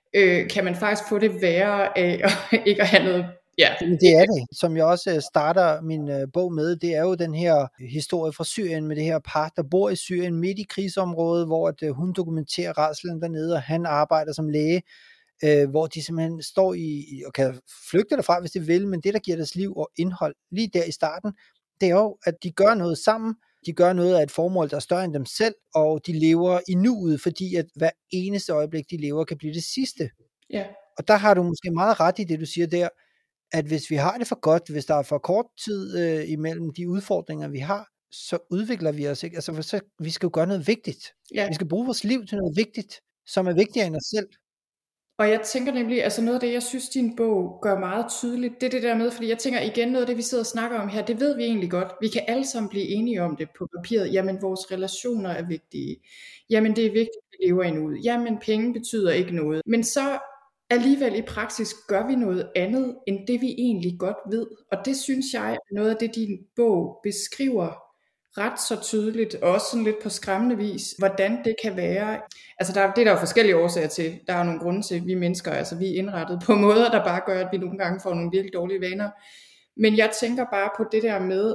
kan man faktisk få det værre af ikke at have noget. Ja. Det er det, som jeg også starter min bog med, det er jo den her historie fra Syrien med det her par, der bor i Syrien midt i krigsområdet, hvor at, hun dokumenterer rædslen dernede, og han arbejder som læge, hvor de simpelthen står og kan flygte derfra, hvis de vil, men det, der giver deres liv og indhold lige der i starten, det er jo, at de gør noget sammen, de gør noget af et formål, der er større end dem selv, og de lever i nuet, fordi at hver eneste øjeblik, de lever, kan blive det sidste. Ja. Og der har du måske meget ret i det, du siger der, at hvis vi har det for godt, hvis der er for kort tid imellem de udfordringer, vi har, så udvikler vi os ikke. Altså, vi skal jo gøre noget vigtigt. Ja. Vi skal bruge vores liv til noget vigtigt. som er vigtigere end os selv. Og jeg tænker nemlig, altså noget af det, jeg synes, din bog gør meget tydeligt, det er det der med, fordi jeg tænker igen, noget af det, vi sidder og snakker om her, det ved vi egentlig godt. Vi kan alle sammen blive enige om det på papiret. Jamen, vores relationer er vigtige. Jamen, det er vigtigt, at vi lever endnu. Jamen, penge betyder ikke noget. Men så alligevel i praksis gør vi noget andet, end det vi egentlig godt ved. Og det synes jeg er noget af det, din bog beskriver ret så tydeligt, og også sådan lidt på skræmmende vis, hvordan det kan være. Altså det er der jo forskellige årsager til. Der er jo nogle grunde til, at vi mennesker, altså vi er indrettet på måder, der bare gør, at vi nogle gange får nogle virkelig dårlige vaner. Men jeg tænker bare på det der med,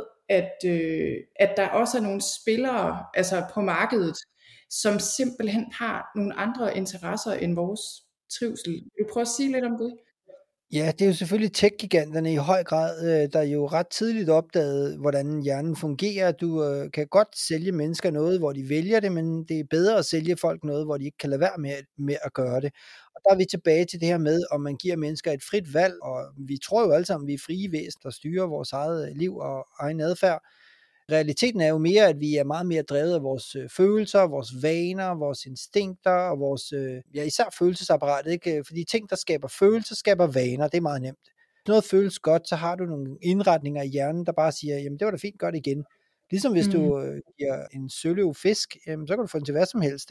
at der også er nogle spillere altså på markedet, som simpelthen har nogle andre interesser end vores trivsel. Vil du prøve at sige lidt om det? Ja, det er jo selvfølgelig tech-giganterne i høj grad, der jo ret tidligt opdagede, hvordan hjernen fungerer. Du kan godt sælge mennesker noget, hvor de vælger det, men det er bedre at sælge folk noget, hvor de ikke kan lade være med at gøre det. Og der er vi tilbage til det her med, om man giver mennesker et frit valg, og vi tror jo alle sammen, vi er frie væsener, der styrer vores eget liv og egen adfærd. Realiteten er jo mere, at vi er meget mere drevet af vores følelser, vores vaner, vores instinkter og vores, især følelsesapparatet, ikke? Fordi ting, der skaber følelser, skaber vaner, det er meget nemt. Hvis noget føles godt, så har du nogle indretninger i hjernen, der bare siger, jamen det var da fint, gør det igen. Ligesom hvis du giver en søløv fisk, så kan du få den til hvad som helst,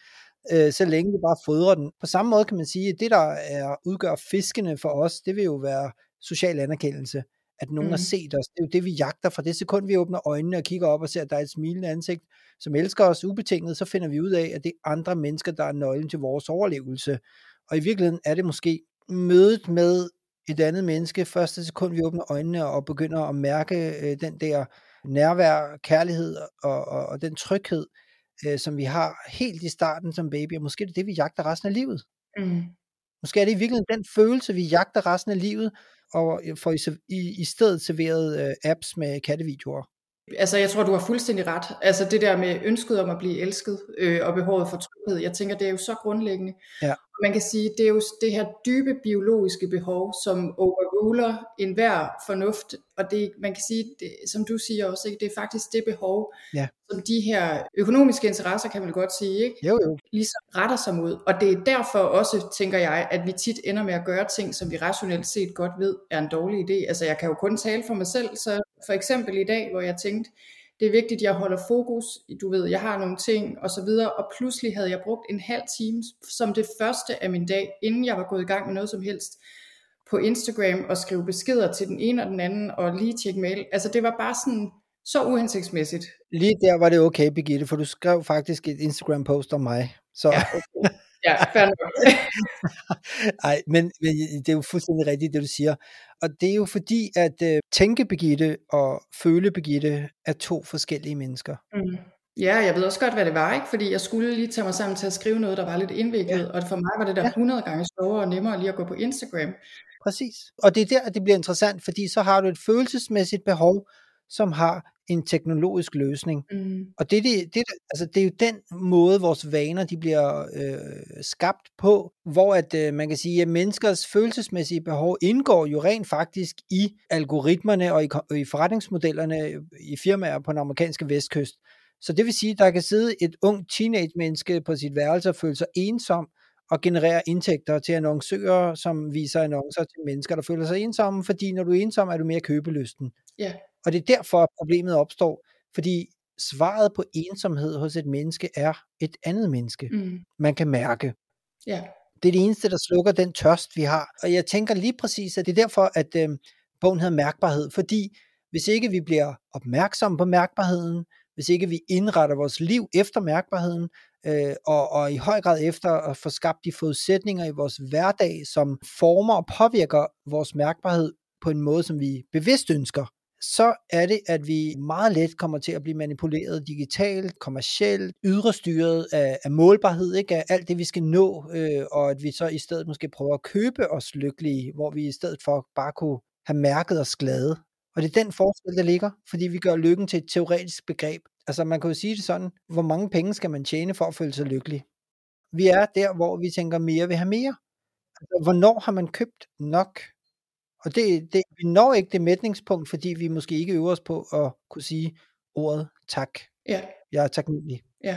ikke? Så længe du bare fodrer den. På samme måde kan man sige, at det, der udgør fiskene for os, det vil jo være social anerkendelse. At nogen har set os. Det er jo det, vi jagter fra det sekund, vi åbner øjnene og kigger op og ser, at der er et smilende ansigt, som elsker os ubetinget, så finder vi ud af, at det er andre mennesker, der er nøglen til vores overlevelse. Og i virkeligheden er det måske mødet med et andet menneske, første sekund, vi åbner øjnene og begynder at mærke den der nærvær, kærlighed og den tryghed, som vi har helt i starten som baby, og måske er det det, vi jagter resten af livet. Måske er det i virkeligheden den følelse, vi jagter resten af livet, og får i stedet serveret apps med kattevideoer. Altså jeg tror, du har fuldstændig ret. Altså det der med ønsket om at blive elsket og behovet for tryghed, jeg tænker, det er jo så grundlæggende. Ja. Man kan sige, det er jo det her dybe biologiske behov, som overruler enhver fornuft, og det, man kan sige, det, som du siger også, ikke, det er faktisk det behov, som de her økonomiske interesser, kan man godt sige, ikke? Jo. Ligesom retter sig mod. Og det er derfor også, tænker jeg, at vi tit ender med at gøre ting, som vi rationelt set godt ved, er en dårlig idé. Altså jeg kan jo kun tale for mig selv, så for eksempel i dag, hvor jeg tænkte, det er vigtigt, at jeg holder fokus, du ved, jeg har nogle ting og så videre, og pludselig havde jeg brugt en halv time som det første af min dag, inden jeg var gået i gang med noget som helst, på Instagram og skrive beskeder til den ene og den anden, og lige tjekke mail. Altså det var bare sådan så uhensigtsmæssigt. Lige der var det okay, Birgitte, for du skrev faktisk et Instagram-post om mig. Så. Ja, okay. Ja, fair nok. Ej, men det er jo fuldstændig rigtigt, det du siger. Og det er jo fordi, at tænke Birgitte og føle Birgitte er to forskellige mennesker. Ja, jeg ved også godt, hvad det var, ikke? Fordi jeg skulle lige tage mig sammen til at skrive noget, der var lidt indviklet, og for mig var det der 100 gange sjovere og nemmere lige at gå på Instagram. Præcis. Og det er der, at det bliver interessant, fordi så har du et følelsesmæssigt behov, som har en teknologisk løsning. Og det er jo den måde, vores vaner de bliver skabt på, hvor at man kan sige, at menneskers følelsesmæssige behov indgår jo rent faktisk i algoritmerne og i forretningsmodellerne i firmaer på den amerikanske vestkyst. Så det vil sige, at der kan sidde et ung teenage-menneske på sit værelse og føle sig ensom, og generere indtægter til annoncører, som viser annoncer til mennesker, der føler sig ensomme, fordi når du er ensom, er du mere købelysten. Ja. Og det er derfor, problemet opstår, fordi svaret på ensomhed hos et menneske er et andet menneske, man kan mærke. Ja. Det er det eneste, der slukker den tørst, vi har. Og jeg tænker lige præcis, at det er derfor, at bogen hedder Mærkbarhed, fordi hvis ikke vi bliver opmærksomme på mærkbarheden, hvis ikke vi indretter vores liv efter mærkbarheden, og i høj grad efter at få skabt de forudsætninger i vores hverdag, som former og påvirker vores mærkbarhed på en måde, som vi bevidst ønsker, så er det, at vi meget let kommer til at blive manipuleret digitalt, kommercielt, ydrestyret af målbarhed, ikke? Af alt det, vi skal nå, og at vi så i stedet måske prøver at købe os lykkelige, hvor vi i stedet for bare kunne have mærket os glade. Og det er den forskel, der ligger, fordi vi gør lykken til et teoretisk begreb. Altså man kan jo sige det sådan, hvor mange penge skal man tjene for at føle sig lykkelig? Vi er der, hvor vi tænker mere vil have mere. Altså, hvornår har man købt nok? Og vi når ikke det mætningspunkt, fordi vi måske ikke øver os på at kunne sige ordet tak. Ja. Jeg er taknemmelig. Ja.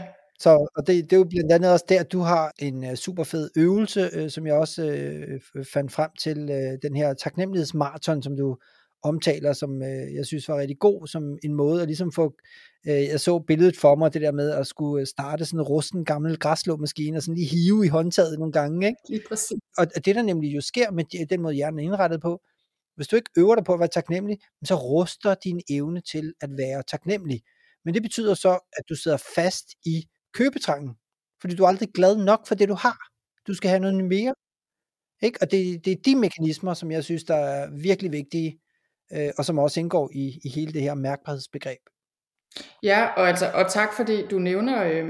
Og det er jo blandt andet også der, du har en super fed øvelse, som jeg også fandt frem til, den her taknemmelighedsmaraton, som du omtaler, som jeg synes var rigtig god, som en måde at ligesom få, jeg så billedet for mig, det der med at skulle starte sådan en rusten gammel græsslåmaskine, og sådan lige hive i håndtaget nogle gange, ikke? Lige præcis. Og det der nemlig jo sker med den måde hjernen er indrettet på, hvis du ikke øver dig på at være taknemmelig, så ruster din evne til at være taknemmelig. Men det betyder så, at du sidder fast i købetrangen, fordi du er aldrig glad nok for det, du har. Du skal have noget mere. Ikke? Og det er de mekanismer, som jeg synes, der er virkelig vigtige, og som også indgår i hele det her mærkbarhedsbegreb. Ja, og tak fordi du nævner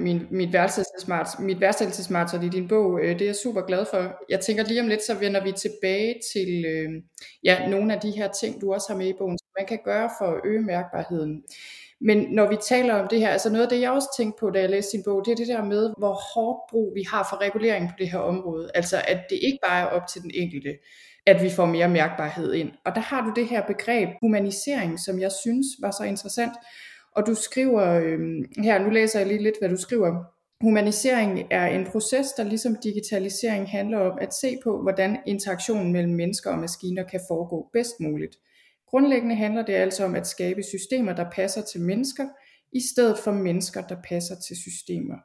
mit værdsættelsesmaraton i din bog. Det er jeg super glad for. Jeg tænker lige om lidt, så vender vi tilbage til nogle af de her ting, du også har med i bogen, som man kan gøre for at øge mærkbarheden. Men når vi taler om det her, altså noget af det, jeg også tænkte på, da jeg læste din bog, det er det der med, hvor hårdt brug vi har for regulering på det her område. Altså at det ikke bare er op til den enkelte, at vi får mere mærkbarhed ind. Og der har du det her begreb humanisering, som jeg synes var så interessant. Og du skriver, her nu læser jeg lige lidt, hvad du skriver. Humanisering er en proces, der ligesom digitalisering handler om at se på, hvordan interaktionen mellem mennesker og maskiner kan foregå bedst muligt. Grundlæggende handler det altså om at skabe systemer, der passer til mennesker, i stedet for mennesker, der passer til systemer.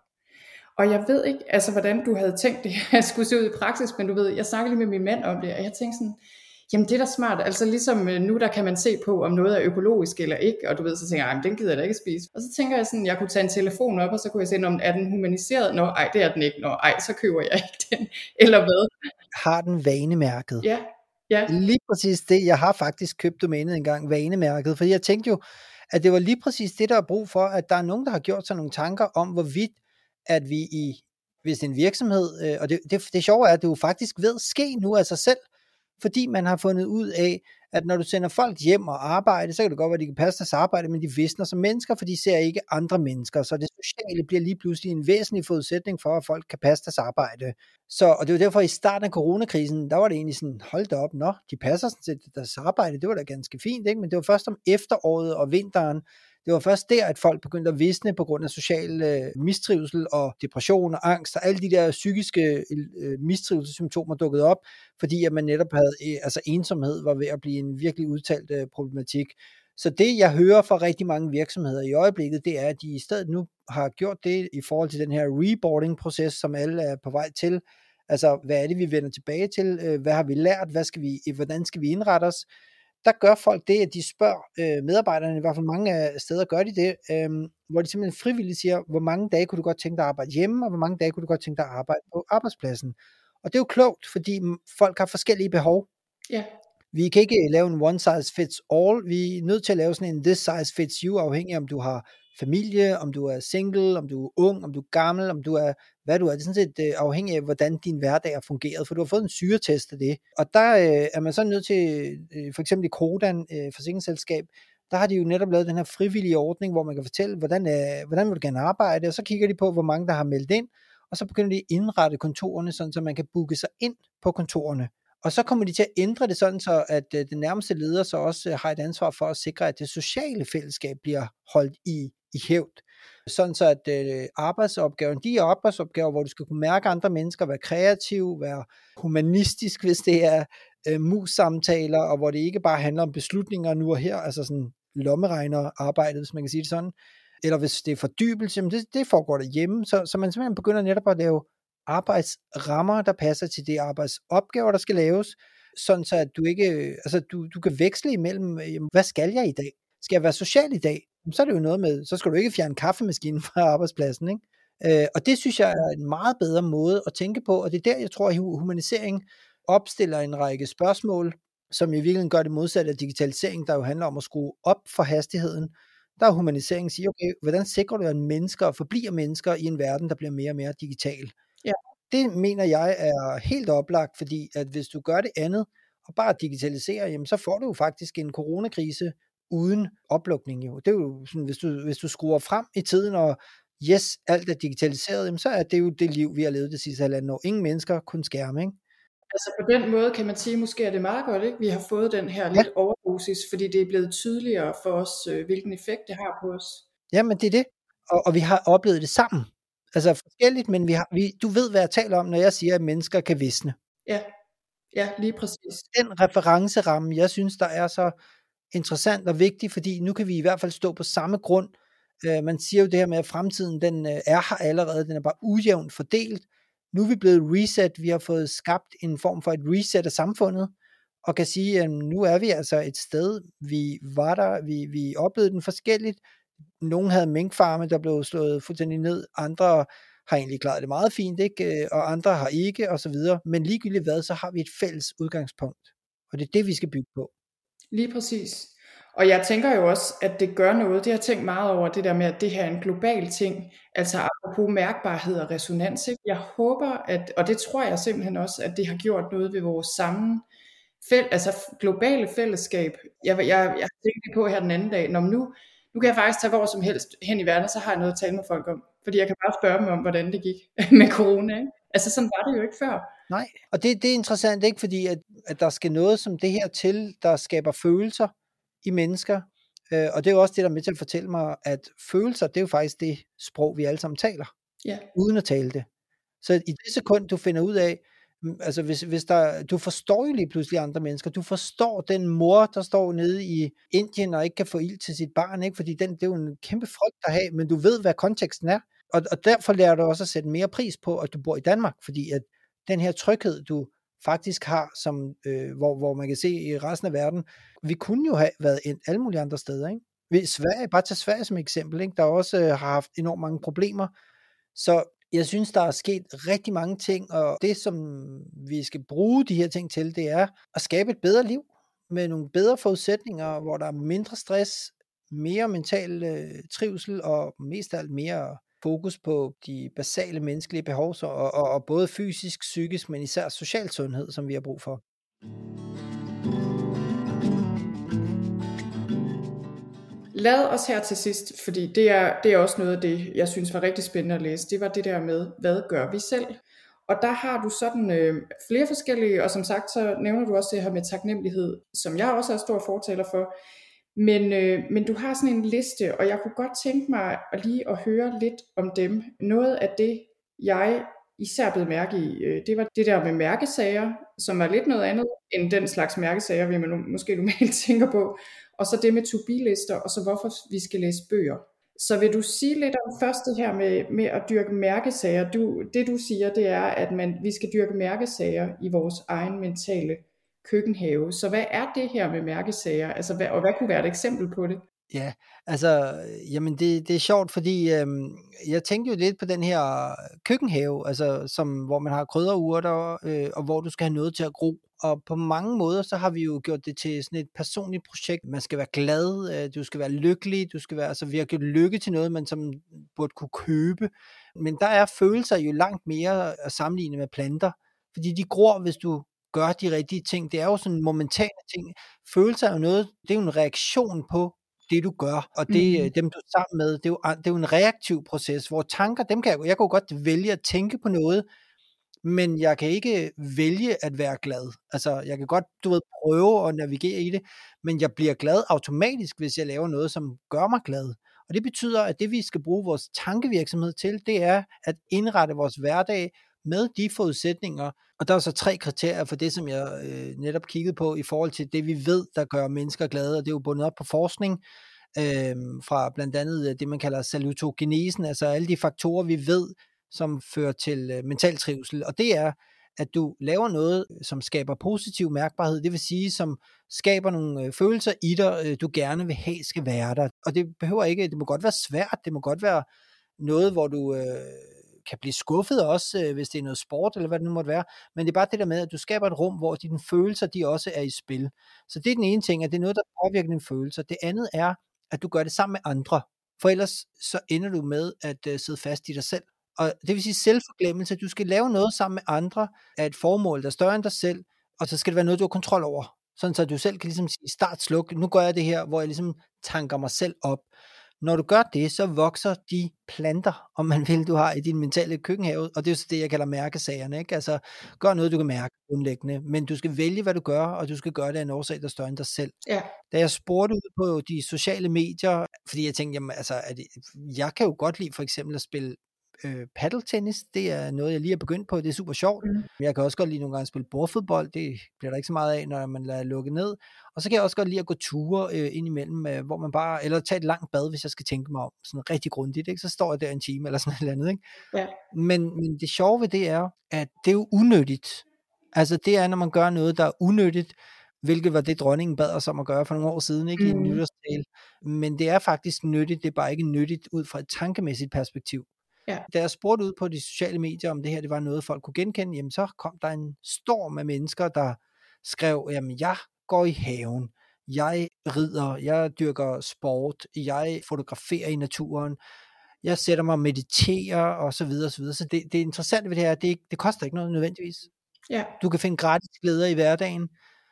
Og jeg ved ikke, altså hvordan du havde tænkt det, at skulle se ud i praksis, men du ved, jeg snakkede lige med min mand om det, og jeg tænkte sådan, jamen det er da smart, altså ligesom nu der kan man se på, om noget er økologisk eller ikke, og du ved, så tænker jeg, den gider jeg da ikke spise. Og så tænker jeg sådan, jeg kunne tage en telefon op, og så kunne jeg se, om er den humaniseret? Nå, ej, det er den ikke. Nå, ej, så køber jeg ikke den. Eller hvad? Har den vanemærket? Ja. Lige præcis det, jeg har faktisk købt domænet engang, vanemærket, fordi jeg tænkte jo, at det var lige præcis det, der er brug for, at der er nogen, der har gjort sig nogle tanker om, hvorvidt, at vi hvis en virksomhed, og det sjove er, at det jo faktisk ved at ske nu af sig selv, fordi man har fundet ud af, at når du sender folk hjem og arbejde, så kan det godt være, at de kan passe deres arbejde, men de visner som mennesker, for de ser ikke andre mennesker, så det sociale bliver lige pludselig en væsentlig forudsætning for, at folk kan passe deres arbejde. Og det var derfor i starten af coronakrisen, der var det egentlig sådan, hold da op, de passer sådan set deres arbejde, det var da ganske fint, ikke? Men det var først om efteråret og vinteren, det var først der, at folk begyndte at visne på grund af social mistrivsel og depression og angst og alle de der psykiske mistrivselssymptomer dukkede op, fordi at man netop havde, altså ensomhed var ved at blive en virkelig udtalt problematik. Så det, jeg hører fra rigtig mange virksomheder i øjeblikket, det er, at de i stedet nu har gjort det i forhold til den her reboarding-proces, som alle er på vej til. Altså, hvad er det, vi vender tilbage til? Hvad har vi lært? Hvordan skal vi indrette os? Der gør folk det, at de spørger medarbejderne, i hvert fald mange steder gør de det, hvor de simpelthen frivilligt siger, hvor mange dage kunne du godt tænke dig at arbejde hjemme, og hvor mange dage kunne du godt tænke dig at arbejde på arbejdspladsen. Og det er jo klogt, fordi folk har forskellige behov. Ja. Vi kan ikke lave en one size fits all, vi er nødt til at lave sådan en this size fits you, afhængig af om du har familie, om du er single, om du er ung, om du er gammel, om du er, hvad du er. Det er sådan set afhængig af, hvordan din hverdag er fungeret, for du har fået en syretest af det. Og der er man så nødt til, for eksempel i Codan, forsikringsselskab, der har de jo netop lavet den her frivillige ordning, hvor man kan fortælle, hvordan vil du gerne arbejde, og så kigger de på, hvor mange der har meldt ind, og så begynder de at indrette kontorerne, sådan så man kan booke sig ind på kontorerne. Og så kommer de til at ændre det sådan, så at den nærmeste leder så også har et ansvar for at sikre, at det sociale fællesskab bliver holdt i hævd. Sådan så at arbejdsopgaven, de arbejdsopgaver, hvor du skal kunne mærke andre mennesker, være kreativ, være humanistisk, hvis det er mus-samtaler, og hvor det ikke bare handler om beslutninger nu og her, altså sådan lommeregner-arbejdet, hvis man kan sige det sådan, eller hvis det er fordybelse, det foregår derhjemme, så man simpelthen begynder netop at lave arbejdsrammer, der passer til de arbejdsopgaver, der skal laves, sådan så at du ikke, altså du kan veksle imellem, hvad skal jeg i dag? Skal jeg være social i dag? Så er det jo noget med, så skal du ikke fjerne kaffemaskinen fra arbejdspladsen, ikke? Og det synes jeg er en meget bedre måde at tænke på, og det er der, jeg tror, at humanisering opstiller en række spørgsmål, som i virkeligheden gør det modsatte af digitalisering, der jo handler om at skrue op for hastigheden. Der er humanisering siger, okay, hvordan sikrer du, at mennesker forbliver mennesker i en verden, der bliver mere og mere digital? Ja. Det mener jeg er helt oplagt, fordi at hvis du gør det andet, og bare digitaliserer, jamen så får du jo faktisk en coronakrise uden oplukning. Jo. Det er jo sådan, hvis du skruer frem i tiden, og yes, alt er digitaliseret, jamen så er det jo det liv, vi har levet det sidste halvandet år. Ingen mennesker, kun skærme, ikke? Altså på den måde kan man sige, måske er det meget godt, ikke? Vi har fået den her lidt overdosis, fordi det er blevet tydeligere for os, hvilken effekt det har på os. Jamen det er det, og vi har oplevet det sammen. Altså forskelligt, men du ved, hvad jeg taler om, når jeg siger, at mennesker kan visne. Ja, lige præcis. Den referenceramme, jeg synes, der er så interessant og vigtig, fordi nu kan vi i hvert fald stå på samme grund. Man siger jo det her med, at fremtiden den er her allerede, den er bare ujævnt fordelt. Nu er vi blevet reset, vi har fået skabt en form for et reset af samfundet, og kan sige, at nu er vi altså et sted, vi var der, vi oplevede den forskelligt. Nogle havde minkfarme, der blev slået fuldstændig ned, andre har egentlig klaret det meget fint, ikke? Og andre har ikke, og så videre. Men ligegyldigt hvad, så har vi et fælles udgangspunkt, og det er det, vi skal bygge på. Lige præcis. Og jeg tænker jo også, at det gør noget. Det har jeg tænkt meget over, det der med, at det her er en global ting. Altså apropos mærkbarhed og resonans. Ikke? Jeg håber, og det tror jeg simpelthen også, at det har gjort noget ved vores globale fællesskab. Jeg tænkte på her den anden dag, nu kan jeg faktisk tage hvor som helst hen i verden, så har jeg noget at tale med folk om. Fordi jeg kan bare spørge dem om, hvordan det gik med corona. Ikke? Altså sådan var det jo ikke før. Nej, og det er interessant, ikke? Fordi at der skal noget som det her til, der skaber følelser i mennesker. Og det er jo også det, der er med til at fortælle mig, at følelser, det er jo faktisk det sprog, vi alle sammen taler, uden at tale det. Så i det sekund, du finder ud af, altså hvis du forstår jo lige pludselig andre mennesker, du forstår den mor, der står nede i Indien og ikke kan få ild til sit barn, ikke? Fordi det er jo en kæmpe frygt at have, men du ved, hvad konteksten er. Og derfor lærer du også at sætte mere pris på, at du bor i Danmark, fordi at den her tryghed, du faktisk har, som, hvor man kan se i resten af verden, vi kunne jo have været ind alle mulige andre steder, ikke? Sverige, bare tage Sverige som eksempel, ikke? Der også har haft enormt mange problemer, så jeg synes, der er sket rigtig mange ting, og det, som vi skal bruge de her ting til, det er at skabe et bedre liv, med nogle bedre forudsætninger, hvor der er mindre stress, mere mental trivsel, og mest af alt mere fokus på de basale menneskelige behov, og både fysisk, psykisk, men især social sundhed, som vi har brug for. Lad os her til sidst, fordi det er også noget af det, jeg synes var rigtig spændende at læse, det var det der med, hvad gør vi selv? Og der har du sådan flere forskellige, og som sagt, så nævner du også det her med taknemmelighed, som jeg også er stor fortaler for. Men du har sådan en liste, og jeg kunne godt tænke mig lige at høre lidt om dem. Noget af det, jeg især blev mærke i, det var det der med mærkesager, som er lidt noget andet end den slags mærkesager, vi måske normalt tænker på. Og så det med to-be-lister, og så hvorfor vi skal læse bøger. Så vil du sige lidt om først det her med at dyrke mærkesager? Det du siger, det er, at vi skal dyrke mærkesager i vores egen mentale køkkenhave. Så hvad er det her med mærkesager? Altså, og hvad kunne være et eksempel på det? Ja, altså, jamen det er sjovt, fordi jeg tænkte jo lidt på den her køkkenhave, altså hvor man har krydderurter, og hvor du skal have noget til at gro. Og på mange måder, så har vi jo gjort det til sådan et personligt projekt. Man skal være glad, du skal være lykkelig, altså vi har gjort lykke til noget, man som burde kunne købe. Men der er følelser jo langt mere at sammenligne med planter, fordi de gror, hvis du gør de rigtige ting. Det er jo sådan momentane ting. Følelser er jo noget, det er jo en reaktion på det du gør, og det dem du er sammen med, det er jo en reaktiv proces, hvor tanker, jeg kan jo godt vælge at tænke på noget, men jeg kan ikke vælge at være glad. Altså, jeg kan godt, prøve at navigere i det, men jeg bliver glad automatisk, hvis jeg laver noget, som gør mig glad. Og det betyder, at det vi skal bruge vores tankevirksomhed til, det er at indrette vores hverdag med de forudsætninger. Og der er så 3 kriterier for det, som jeg netop kiggede på i forhold til det, vi ved, der gør mennesker glade, og det er jo bundet op på forskning fra blandt andet det, man kalder salutogenesen, altså alle de faktorer, vi ved, som fører til mental trivsel. Og det er, at du laver noget, som skaber positiv mærkbarhed, det vil sige, som skaber nogle følelser i dig, du gerne vil have skal være der. Og det behøver ikke, det må godt være svært, det må godt være noget, hvor du kan blive skuffet også, hvis det er noget sport, eller hvad det nu måtte være, men det er bare det der med, at du skaber et rum, hvor dine følelser, de også er i spil. Så det er den ene ting, at det er noget, der påvirker dine følelser. Det andet er, at du gør det sammen med andre, for ellers så ender du med at sidde fast i dig selv. Og det vil sige selvforglemmelse, du skal lave noget sammen med andre af et formål, der er større end dig selv, og så skal det være noget, du har kontrol over, sådan så du selv kan ligesom sige, start, sluk, nu gør jeg det her, hvor jeg ligesom tanker mig selv op. Når du gør det, så vokser de planter, om man vil, du har i din mentale køkkenhave, og det er jo så det, jeg kalder mærkesagerne, ikke? Altså, gør noget, du kan mærke grundlæggende, men du skal vælge, hvad du gør, og du skal gøre det af en årsag, der er større end dig selv. Ja. Da jeg spurgte ud på de sociale medier, fordi jeg tænkte, jamen, altså, jeg kan jo godt lide for eksempel at spille paddeltennis, det er noget, jeg lige er begyndt på. Det er super sjovt. Jeg kan også godt lide nogle gange at spille bordfodbold. Det bliver der ikke så meget af, når man lader lukke ned. Og så kan jeg også godt lide at gå ture indimellem, hvor man bare, eller tage et langt bad, hvis jeg skal tænke mig om. Sådan rigtig grundigt, ikke? Så står jeg der en time eller sådan et eller andet, ikke? Ja. Men det sjove ved det er, at det er jo unødigt. Altså det er, når man gør noget, der er unødigt, hvilket var det, dronningen bad os om at gøre for nogle år siden, ikke, i en nytårstale. Men det er faktisk nyttigt, det er bare ikke nyttigt ud fra et tankemæssigt perspektiv. Ja. Da jeg spurgte ud på de sociale medier, om det her det var noget, folk kunne genkende, jamen så kom der en storm af mennesker, der skrev, jamen jeg går i haven, jeg rider, jeg dyrker sport, jeg fotograferer i naturen, jeg sætter mig og mediterer, og så videre, og så videre. Så det interessante ved det her, det koster ikke noget nødvendigvis. Ja. Du kan finde gratis glæder i hverdagen.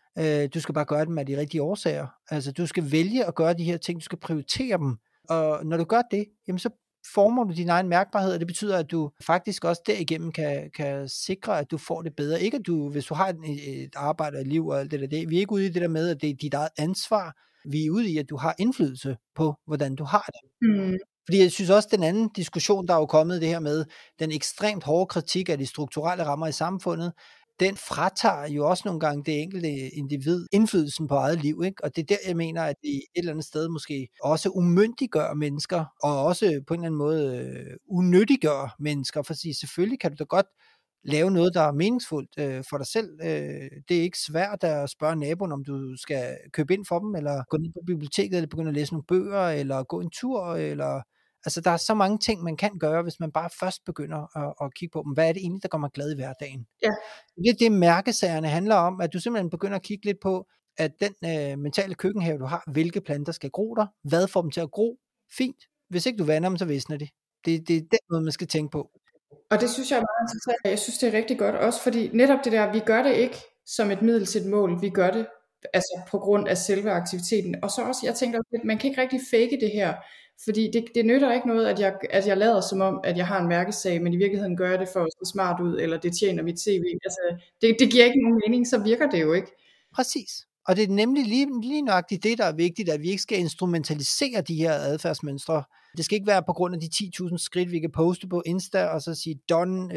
Du skal bare gøre dem af de rigtige årsager. Altså du skal vælge at gøre de her ting, du skal prioritere dem. Og når du gør det, jamen så former du din egen mærkbarhed, og det betyder, at du faktisk også derigennem kan sikre, at du får det bedre. Ikke at du, hvis du har et arbejde og et liv og alt det der, vi er ikke ude i det der med, at det er dit eget ansvar. Vi er ude i, at du har indflydelse på, hvordan du har det. Fordi jeg synes også, den anden diskussion, der er jo kommet, det her med den ekstremt hårde kritik af de strukturelle rammer i samfundet, den fratager jo også nogle gange det enkelte individ indflydelsen på eget liv, ikke? Og det er der, jeg mener, at det et eller andet sted måske også umyndiggør mennesker, og også på en eller anden måde unyttiggør mennesker, for at sige, selvfølgelig kan du da godt lave noget, der er meningsfuldt for dig selv. Det er ikke svært at spørge naboen, om du skal købe ind for dem, eller gå ned på biblioteket, eller begynde at læse nogle bøger, eller gå en tur, eller... Altså, der er så mange ting, man kan gøre, hvis man bare først begynder at kigge på dem. Hvad er det egentlig, der gør mig glad i hverdagen? Ja. Det mærkesagerne handler om, at du simpelthen begynder at kigge lidt på, at den mentale køkkenhave, du har, hvilke planter skal gro der, hvad får dem til at gro, fint. Hvis ikke du vander dem, så visner de. Det er den måde, man skal tænke på. Og det synes jeg er meget interessant. Jeg synes, det er rigtig godt, også fordi netop det der, vi gør det ikke som et middel til et mål, vi gør det altså på grund af selve aktiviteten. Og så også, jeg tænker også, at man kan ikke rigtig fake det her, fordi det nytter ikke noget, at jeg lader som om, at jeg har en mærkesag, men i virkeligheden gør jeg det for at se smart ud, eller det tjener mit CV. Altså, det giver ikke nogen mening, så virker det jo ikke. Præcis. Og det er nemlig lige nøjagtigt det, der er vigtigt, at vi ikke skal instrumentalisere de her adfærdsmønstre. Det skal ikke være på grund af de 10.000 skridt, vi kan poste på Insta, og så sige done.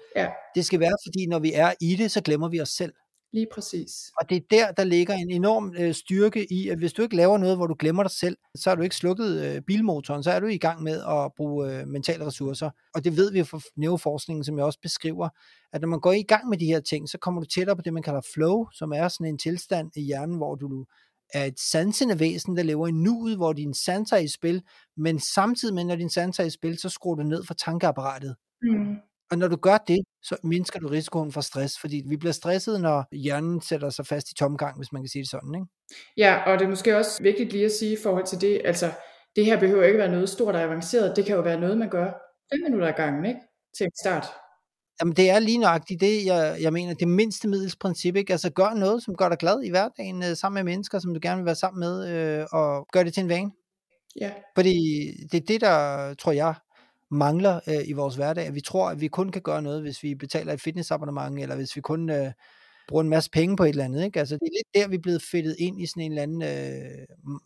Det skal være, fordi når vi er i det, så glemmer vi os selv. Lige præcis. Og det er der ligger en enorm styrke i, at hvis du ikke laver noget, hvor du glemmer dig selv, så har du ikke slukket bilmotoren, så er du i gang med at bruge mentale ressourcer. Og det ved vi fra neuroforskningen, som jeg også beskriver, at når man går i gang med de her ting, så kommer du tættere på det, man kalder flow, som er sådan en tilstand i hjernen, hvor du er et sansende væsen, der lever i nuet, hvor din sanser er i spil, men samtidig med, når din sanser er i spil, så skruer du ned for tankeapparatet. Og når du gør det, så mindsker du risikoen for stress, fordi vi bliver stresset, når hjernen sætter sig fast i tomgang, hvis man kan sige det sådan, ikke? Ja, og det er måske også vigtigt lige at sige i forhold til det, altså det her behøver ikke være noget stort og avanceret, det kan jo være noget, man gør 5 minutter ad gangen, ikke? Til en start. Jamen det er lige nøjagtigt det, jeg mener, det mindste middelsprincip, ikke? Altså gør noget, som gør dig glad i hverdagen, sammen med mennesker, som du gerne vil være sammen med, og gør det til en vane. Ja. Fordi det er det, der, tror jeg, mangler i vores hverdag, at vi tror, at vi kun kan gøre noget, hvis vi betaler et fitnessabonnement, eller hvis vi kun bruger en masse penge på et eller andet, ikke? Altså det er lidt der, vi er blevet fedtet ind i sådan en eller anden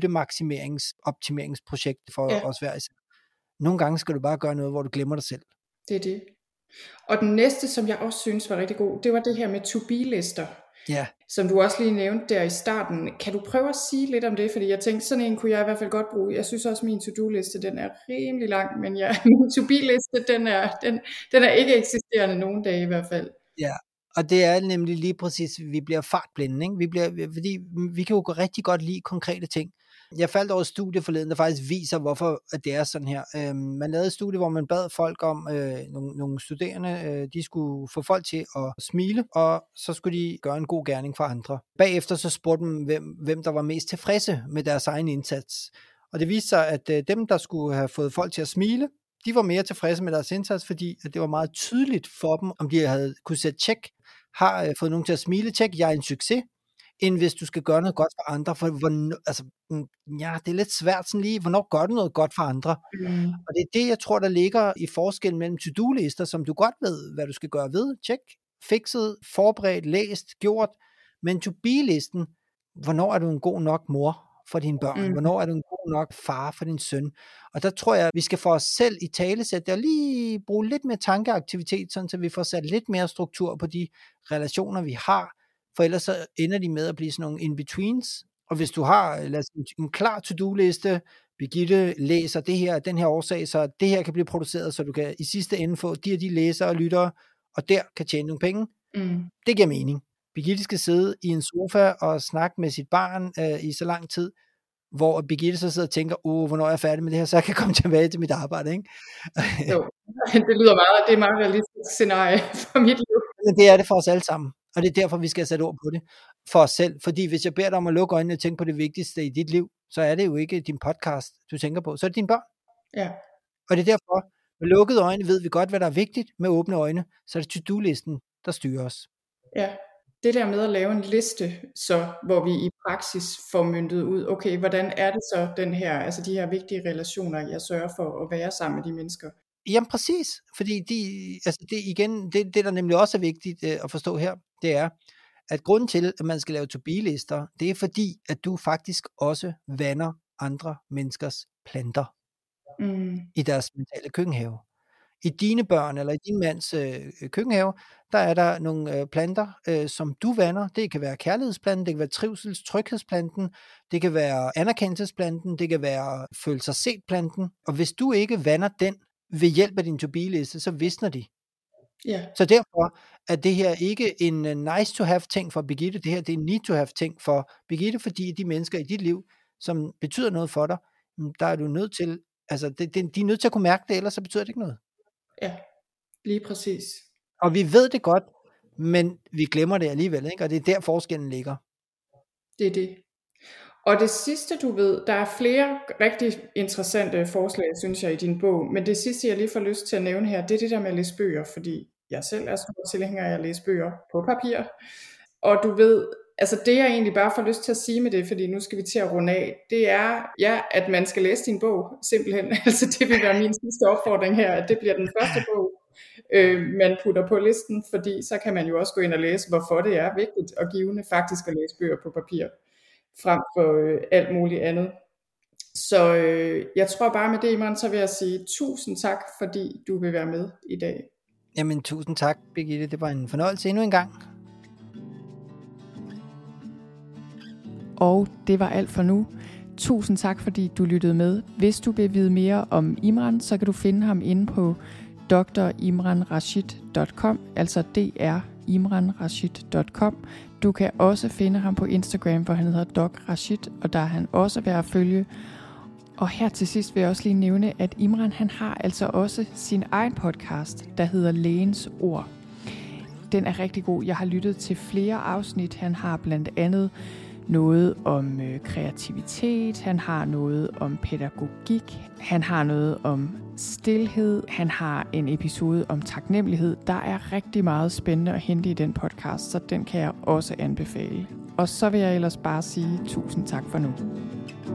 nyttemaksimerings-optimeringsprojekt for os hver især. Nogle gange skal du bare gøre noget, hvor du glemmer dig selv. Det er det. Og den næste, som jeg også synes var rigtig god, det var det her med to-be-lister. Ja. Som du også lige nævnte der i starten. Kan du prøve at sige lidt om det? Fordi jeg tænkte, sådan en kunne jeg i hvert fald godt bruge. Jeg synes også, min to-do-liste, den er rimelig lang, men min to-be-liste, den er ikke eksisterende nogen dage i hvert fald. Ja, og det er nemlig lige præcis, vi bliver fartblinde, ikke? Fordi vi kan jo rigtig godt lide konkrete ting. Jeg faldt over et studie forleden, der faktisk viser, hvorfor at det er sådan her. Man lavede et studie, hvor man bad folk om, nogle studerende, de skulle få folk til at smile, og så skulle de gøre en god gerning for andre. Bagefter så spurgte man, hvem der var mest tilfredse med deres egen indsats. Og det viste sig, at dem, der skulle have fået folk til at smile, de var mere tilfredse med deres indsats, fordi at det var meget tydeligt for dem, om de havde kunne sætte tjek, har fået nogen til at smile, tjek, jeg er en succes, end hvis du skal gøre noget godt for andre. For det er lidt svært sådan lige, hvornår gør du noget godt for andre? Og det er det, jeg tror, der ligger i forskellen mellem to-do-lister, som du godt ved, hvad du skal gøre ved. Tjek, fikset, forberedt, læst, gjort. Men to-be-listen, hvornår er du en god nok mor? for dine børn? Hvornår er du en god nok far for din søn? Og der tror jeg, at vi skal få os selv i talesæt og lige bruge lidt mere tankeaktivitet, sådan så vi får sat lidt mere struktur på de relationer, vi har, for ellers så ender de med at blive sådan nogle in-betweens. Og hvis du har en klar to-do-liste, Birgitte læser det her, den her årsag, så det her kan blive produceret, så du kan i sidste ende få de læsere og lyttere, og der kan tjene nogle penge. Det giver mening. Birgitte skal sidde i en sofa og snakke med sit barn i så lang tid, hvor Birgitte så sidder og tænker, hvornår er jeg færdig med det her, så jeg kan komme tilbage til mit arbejde, ikke? Jo, det lyder meget, det er meget realistisk scenarie for mit liv. Men det er det for os alle sammen, og det er derfor, vi skal sætte ord på det for os selv, fordi hvis jeg beder dig om at lukke øjnene og tænke på det vigtigste i dit liv, så er det jo ikke din podcast, du tænker på, så er det dine børn. Ja. Og det er derfor, med lukkede øjne ved vi godt, hvad der er vigtigt, med åbne øjne, så er det to-do-listen, der styrer os. Ja, det der med at lave en liste, så hvor vi i praksis får møntet ud, okay, hvordan er det så den her, altså de her vigtige relationer, jeg sørger for at være sammen med de mennesker? Jamen præcis, fordi det der nemlig også er vigtigt at forstå her, det er, at grunden til, at man skal lave to-be-lister, det er fordi, at du faktisk også vander andre menneskers planter i deres mentale køkkenhave. I dine børn eller i din mands køkkenhave, der er der nogle planter, som du vander. Det kan være kærlighedsplanten, det kan være trivsels- tryghedsplanten, det kan være anerkendelsesplanten, det kan være føle sig set planten. Og hvis du ikke vander den ved hjælp af din to-be-liste, så visner de. Yeah. Så derfor er det her ikke en nice to have ting for Birgitte, det her det er en need to have ting for Birgitte, fordi de mennesker i dit liv, som betyder noget for dig, der er du nødt til, altså de er nødt til at kunne mærke det, ellers så betyder det ikke noget. Ja, lige præcis. Og vi ved det godt, men vi glemmer det alligevel, ikke? Og det er der forskellen ligger. Det er det. Og det sidste du ved, der er flere rigtig interessante forslag, synes jeg, i din bog, men det sidste jeg lige får lyst til at nævne her, det er det der med at læse bøger, fordi jeg selv er stor tilhænger af at læse bøger på papir. Og du ved, altså det jeg egentlig bare får lyst til at sige med det, fordi nu skal vi til at runde af, det er, ja, at man skal læse din bog, simpelthen. Altså det vil være min sidste opfordring her, at det bliver den første bog, man putter på listen, fordi så kan man jo også gå ind og læse, hvorfor det er vigtigt og givende faktisk at læse bøger på papir, frem for alt muligt andet. Så jeg tror bare med det, Imran, så vil jeg sige tusind tak, fordi du vil være med i dag. Jamen tusind tak, Birgitte. Det var en fornøjelse endnu en gang. Og det var alt for nu. Tusind tak, fordi du lyttede med. Hvis du vil vide mere om Imran, så kan du finde ham inde på drimranrashid.com, altså drimranrashid.com. Du kan også finde ham på Instagram, hvor han hedder DocRashid, og der er han også værd at følge. Og her til sidst vil jeg også lige nævne, at Imran han har altså også sin egen podcast, der hedder Lægens Ord. Den er rigtig god. Jeg har lyttet til flere afsnit. Han har blandt andet noget om kreativitet, han har noget om pædagogik, han har noget om stilhed, han har en episode om taknemmelighed. Der er rigtig meget spændende at hente i den podcast, så den kan jeg også anbefale. Og så vil jeg ellers bare sige tusind tak for nu.